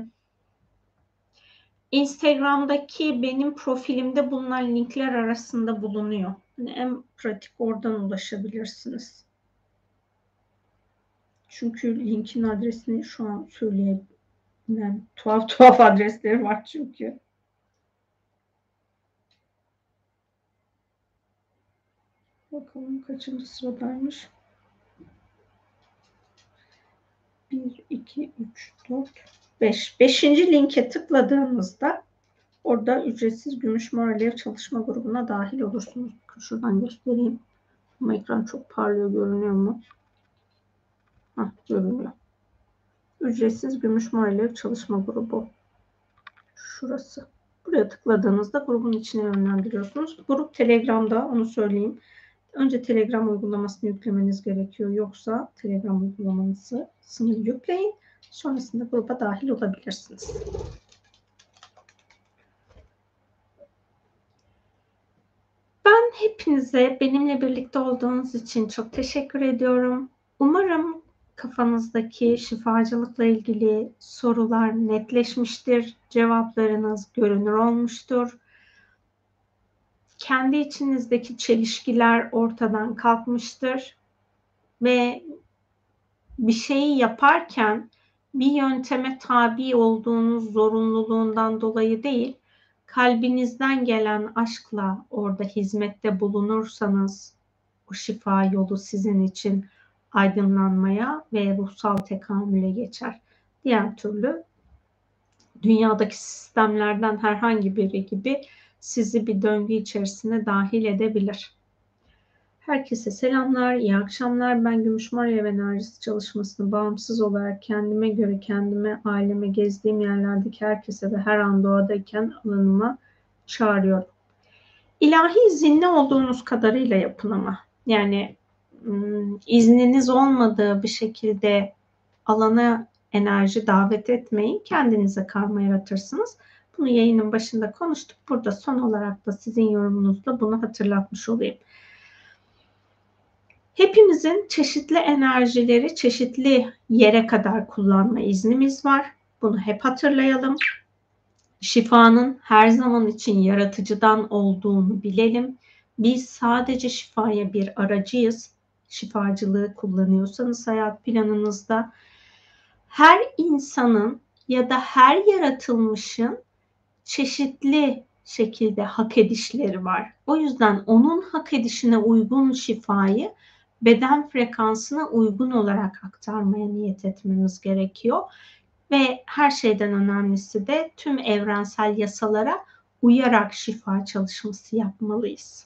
Instagram'daki benim profilimde bulunan linkler arasında bulunuyor. Yani en pratik oradan ulaşabilirsiniz. Çünkü linkin adresini şu an söyleyeyim. Yani tuhaf adresleri var çünkü. Bakalım kaçıncı sıradaymış. 1, 2, 3, 4, 5. 5. linke tıkladığınızda orada ücretsiz Gümüş Mor Alev çalışma grubuna dahil olursunuz. Şuradan göstereyim. Ama ekran çok parlıyor, görünüyor mu? Görünüyor. Ücretsiz Gümüş Mor Alev çalışma grubu. Şurası. Buraya tıkladığınızda grubun içine yönlendiriyorsunuz. Grup Telegram'da, onu söyleyeyim. Önce Telegram uygulamasını yüklemeniz gerekiyor. Yoksa Telegram uygulamanızı yükleyin. Sonrasında gruba dahil olabilirsiniz. Ben hepinize benimle birlikte olduğunuz için çok teşekkür ediyorum. Umarım kafanızdaki şifacılıkla ilgili sorular netleşmiştir. Cevaplarınız görünür olmuştur. Kendi içinizdeki çelişkiler ortadan kalkmıştır ve bir şeyi yaparken bir yönteme tabi olduğunuz zorunluluğundan dolayı değil, kalbinizden gelen aşkla orada hizmette bulunursanız o şifa yolu sizin için aydınlanmaya ve ruhsal tekamüle geçer. Diğer türlü dünyadaki sistemlerden herhangi biri gibi sizi bir döngü içerisine dahil edebilir. Herkese selamlar, iyi akşamlar. Ben Gümüş Maria ve enerjisi çalışmasını bağımsız olarak kendime göre, kendime, aileme, gezdiğim yerlerdeki herkese ve her an doğadayken alanıma çağırıyorum. İlahi izinli olduğunuz kadarıyla yapın ama. Yani izniniz olmadığı bir şekilde alana enerji davet etmeyin. Kendinize karma yaratırsınız. Bunu yayının başında konuştuk. Burada son olarak da sizin yorumunuzla bunu hatırlatmış olayım. Hepimizin çeşitli enerjileri çeşitli yere kadar kullanma iznimiz var. Bunu hep hatırlayalım. Şifanın her zaman için yaratıcıdan olduğunu bilelim. Biz sadece şifaya bir aracıyız. Şifacılığı kullanıyorsanız hayat planınızda her insanın ya da her yaratılmışın çeşitli şekilde hak edişleri var. O yüzden onun hak edişine uygun şifayı beden frekansına uygun olarak aktarmaya niyet etmemiz gerekiyor. Ve her şeyden önemlisi de tüm evrensel yasalara uyarak şifa çalışması yapmalıyız.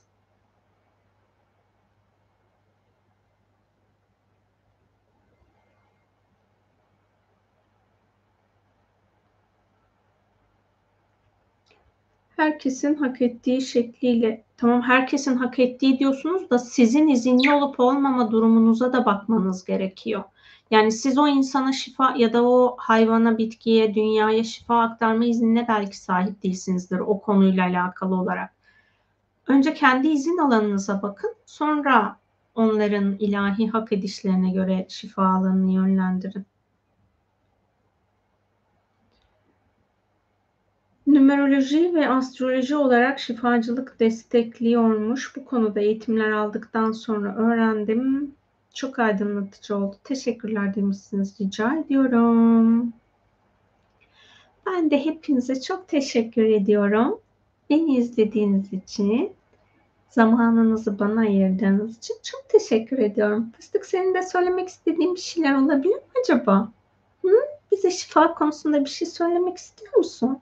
Herkesin hak ettiği şekliyle, tamam herkesin hak ettiği diyorsunuz da sizin izinli olup olmama durumunuza da bakmanız gerekiyor. Yani siz o insana şifa ya da o hayvana, bitkiye, dünyaya şifa aktarma iznine belki sahip değilsinizdir o konuyla alakalı olarak. Önce kendi izin alanınıza bakın, sonra onların ilahi hak edişlerine göre şifa alanını yönlendirin. Numeroloji ve astroloji olarak şifacılık destekliyormuş. Bu konuda eğitimler aldıktan sonra öğrendim. Çok aydınlatıcı oldu. Teşekkürler demişsiniz. Rica ediyorum. Ben de hepinize çok teşekkür ediyorum. Beni izlediğiniz için, zamanınızı bana ayırdığınız için çok teşekkür ediyorum. Fıstık, senin de söylemek istediğin bir şeyler olabilir mi acaba? Hı? Bize şifa konusunda bir şey söylemek istiyor musun?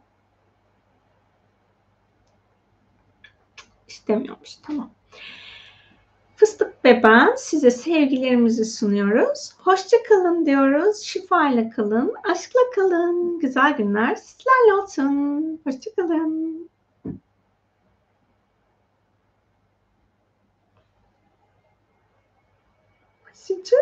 İstemiyormuş. Tamam. Fıstık ve ben size sevgilerimizi sunuyoruz. Hoşça kalın diyoruz. Şifayla kalın, aşkla kalın. Güzel günler sizlerle olsun. Hoşça kalın. Hoşça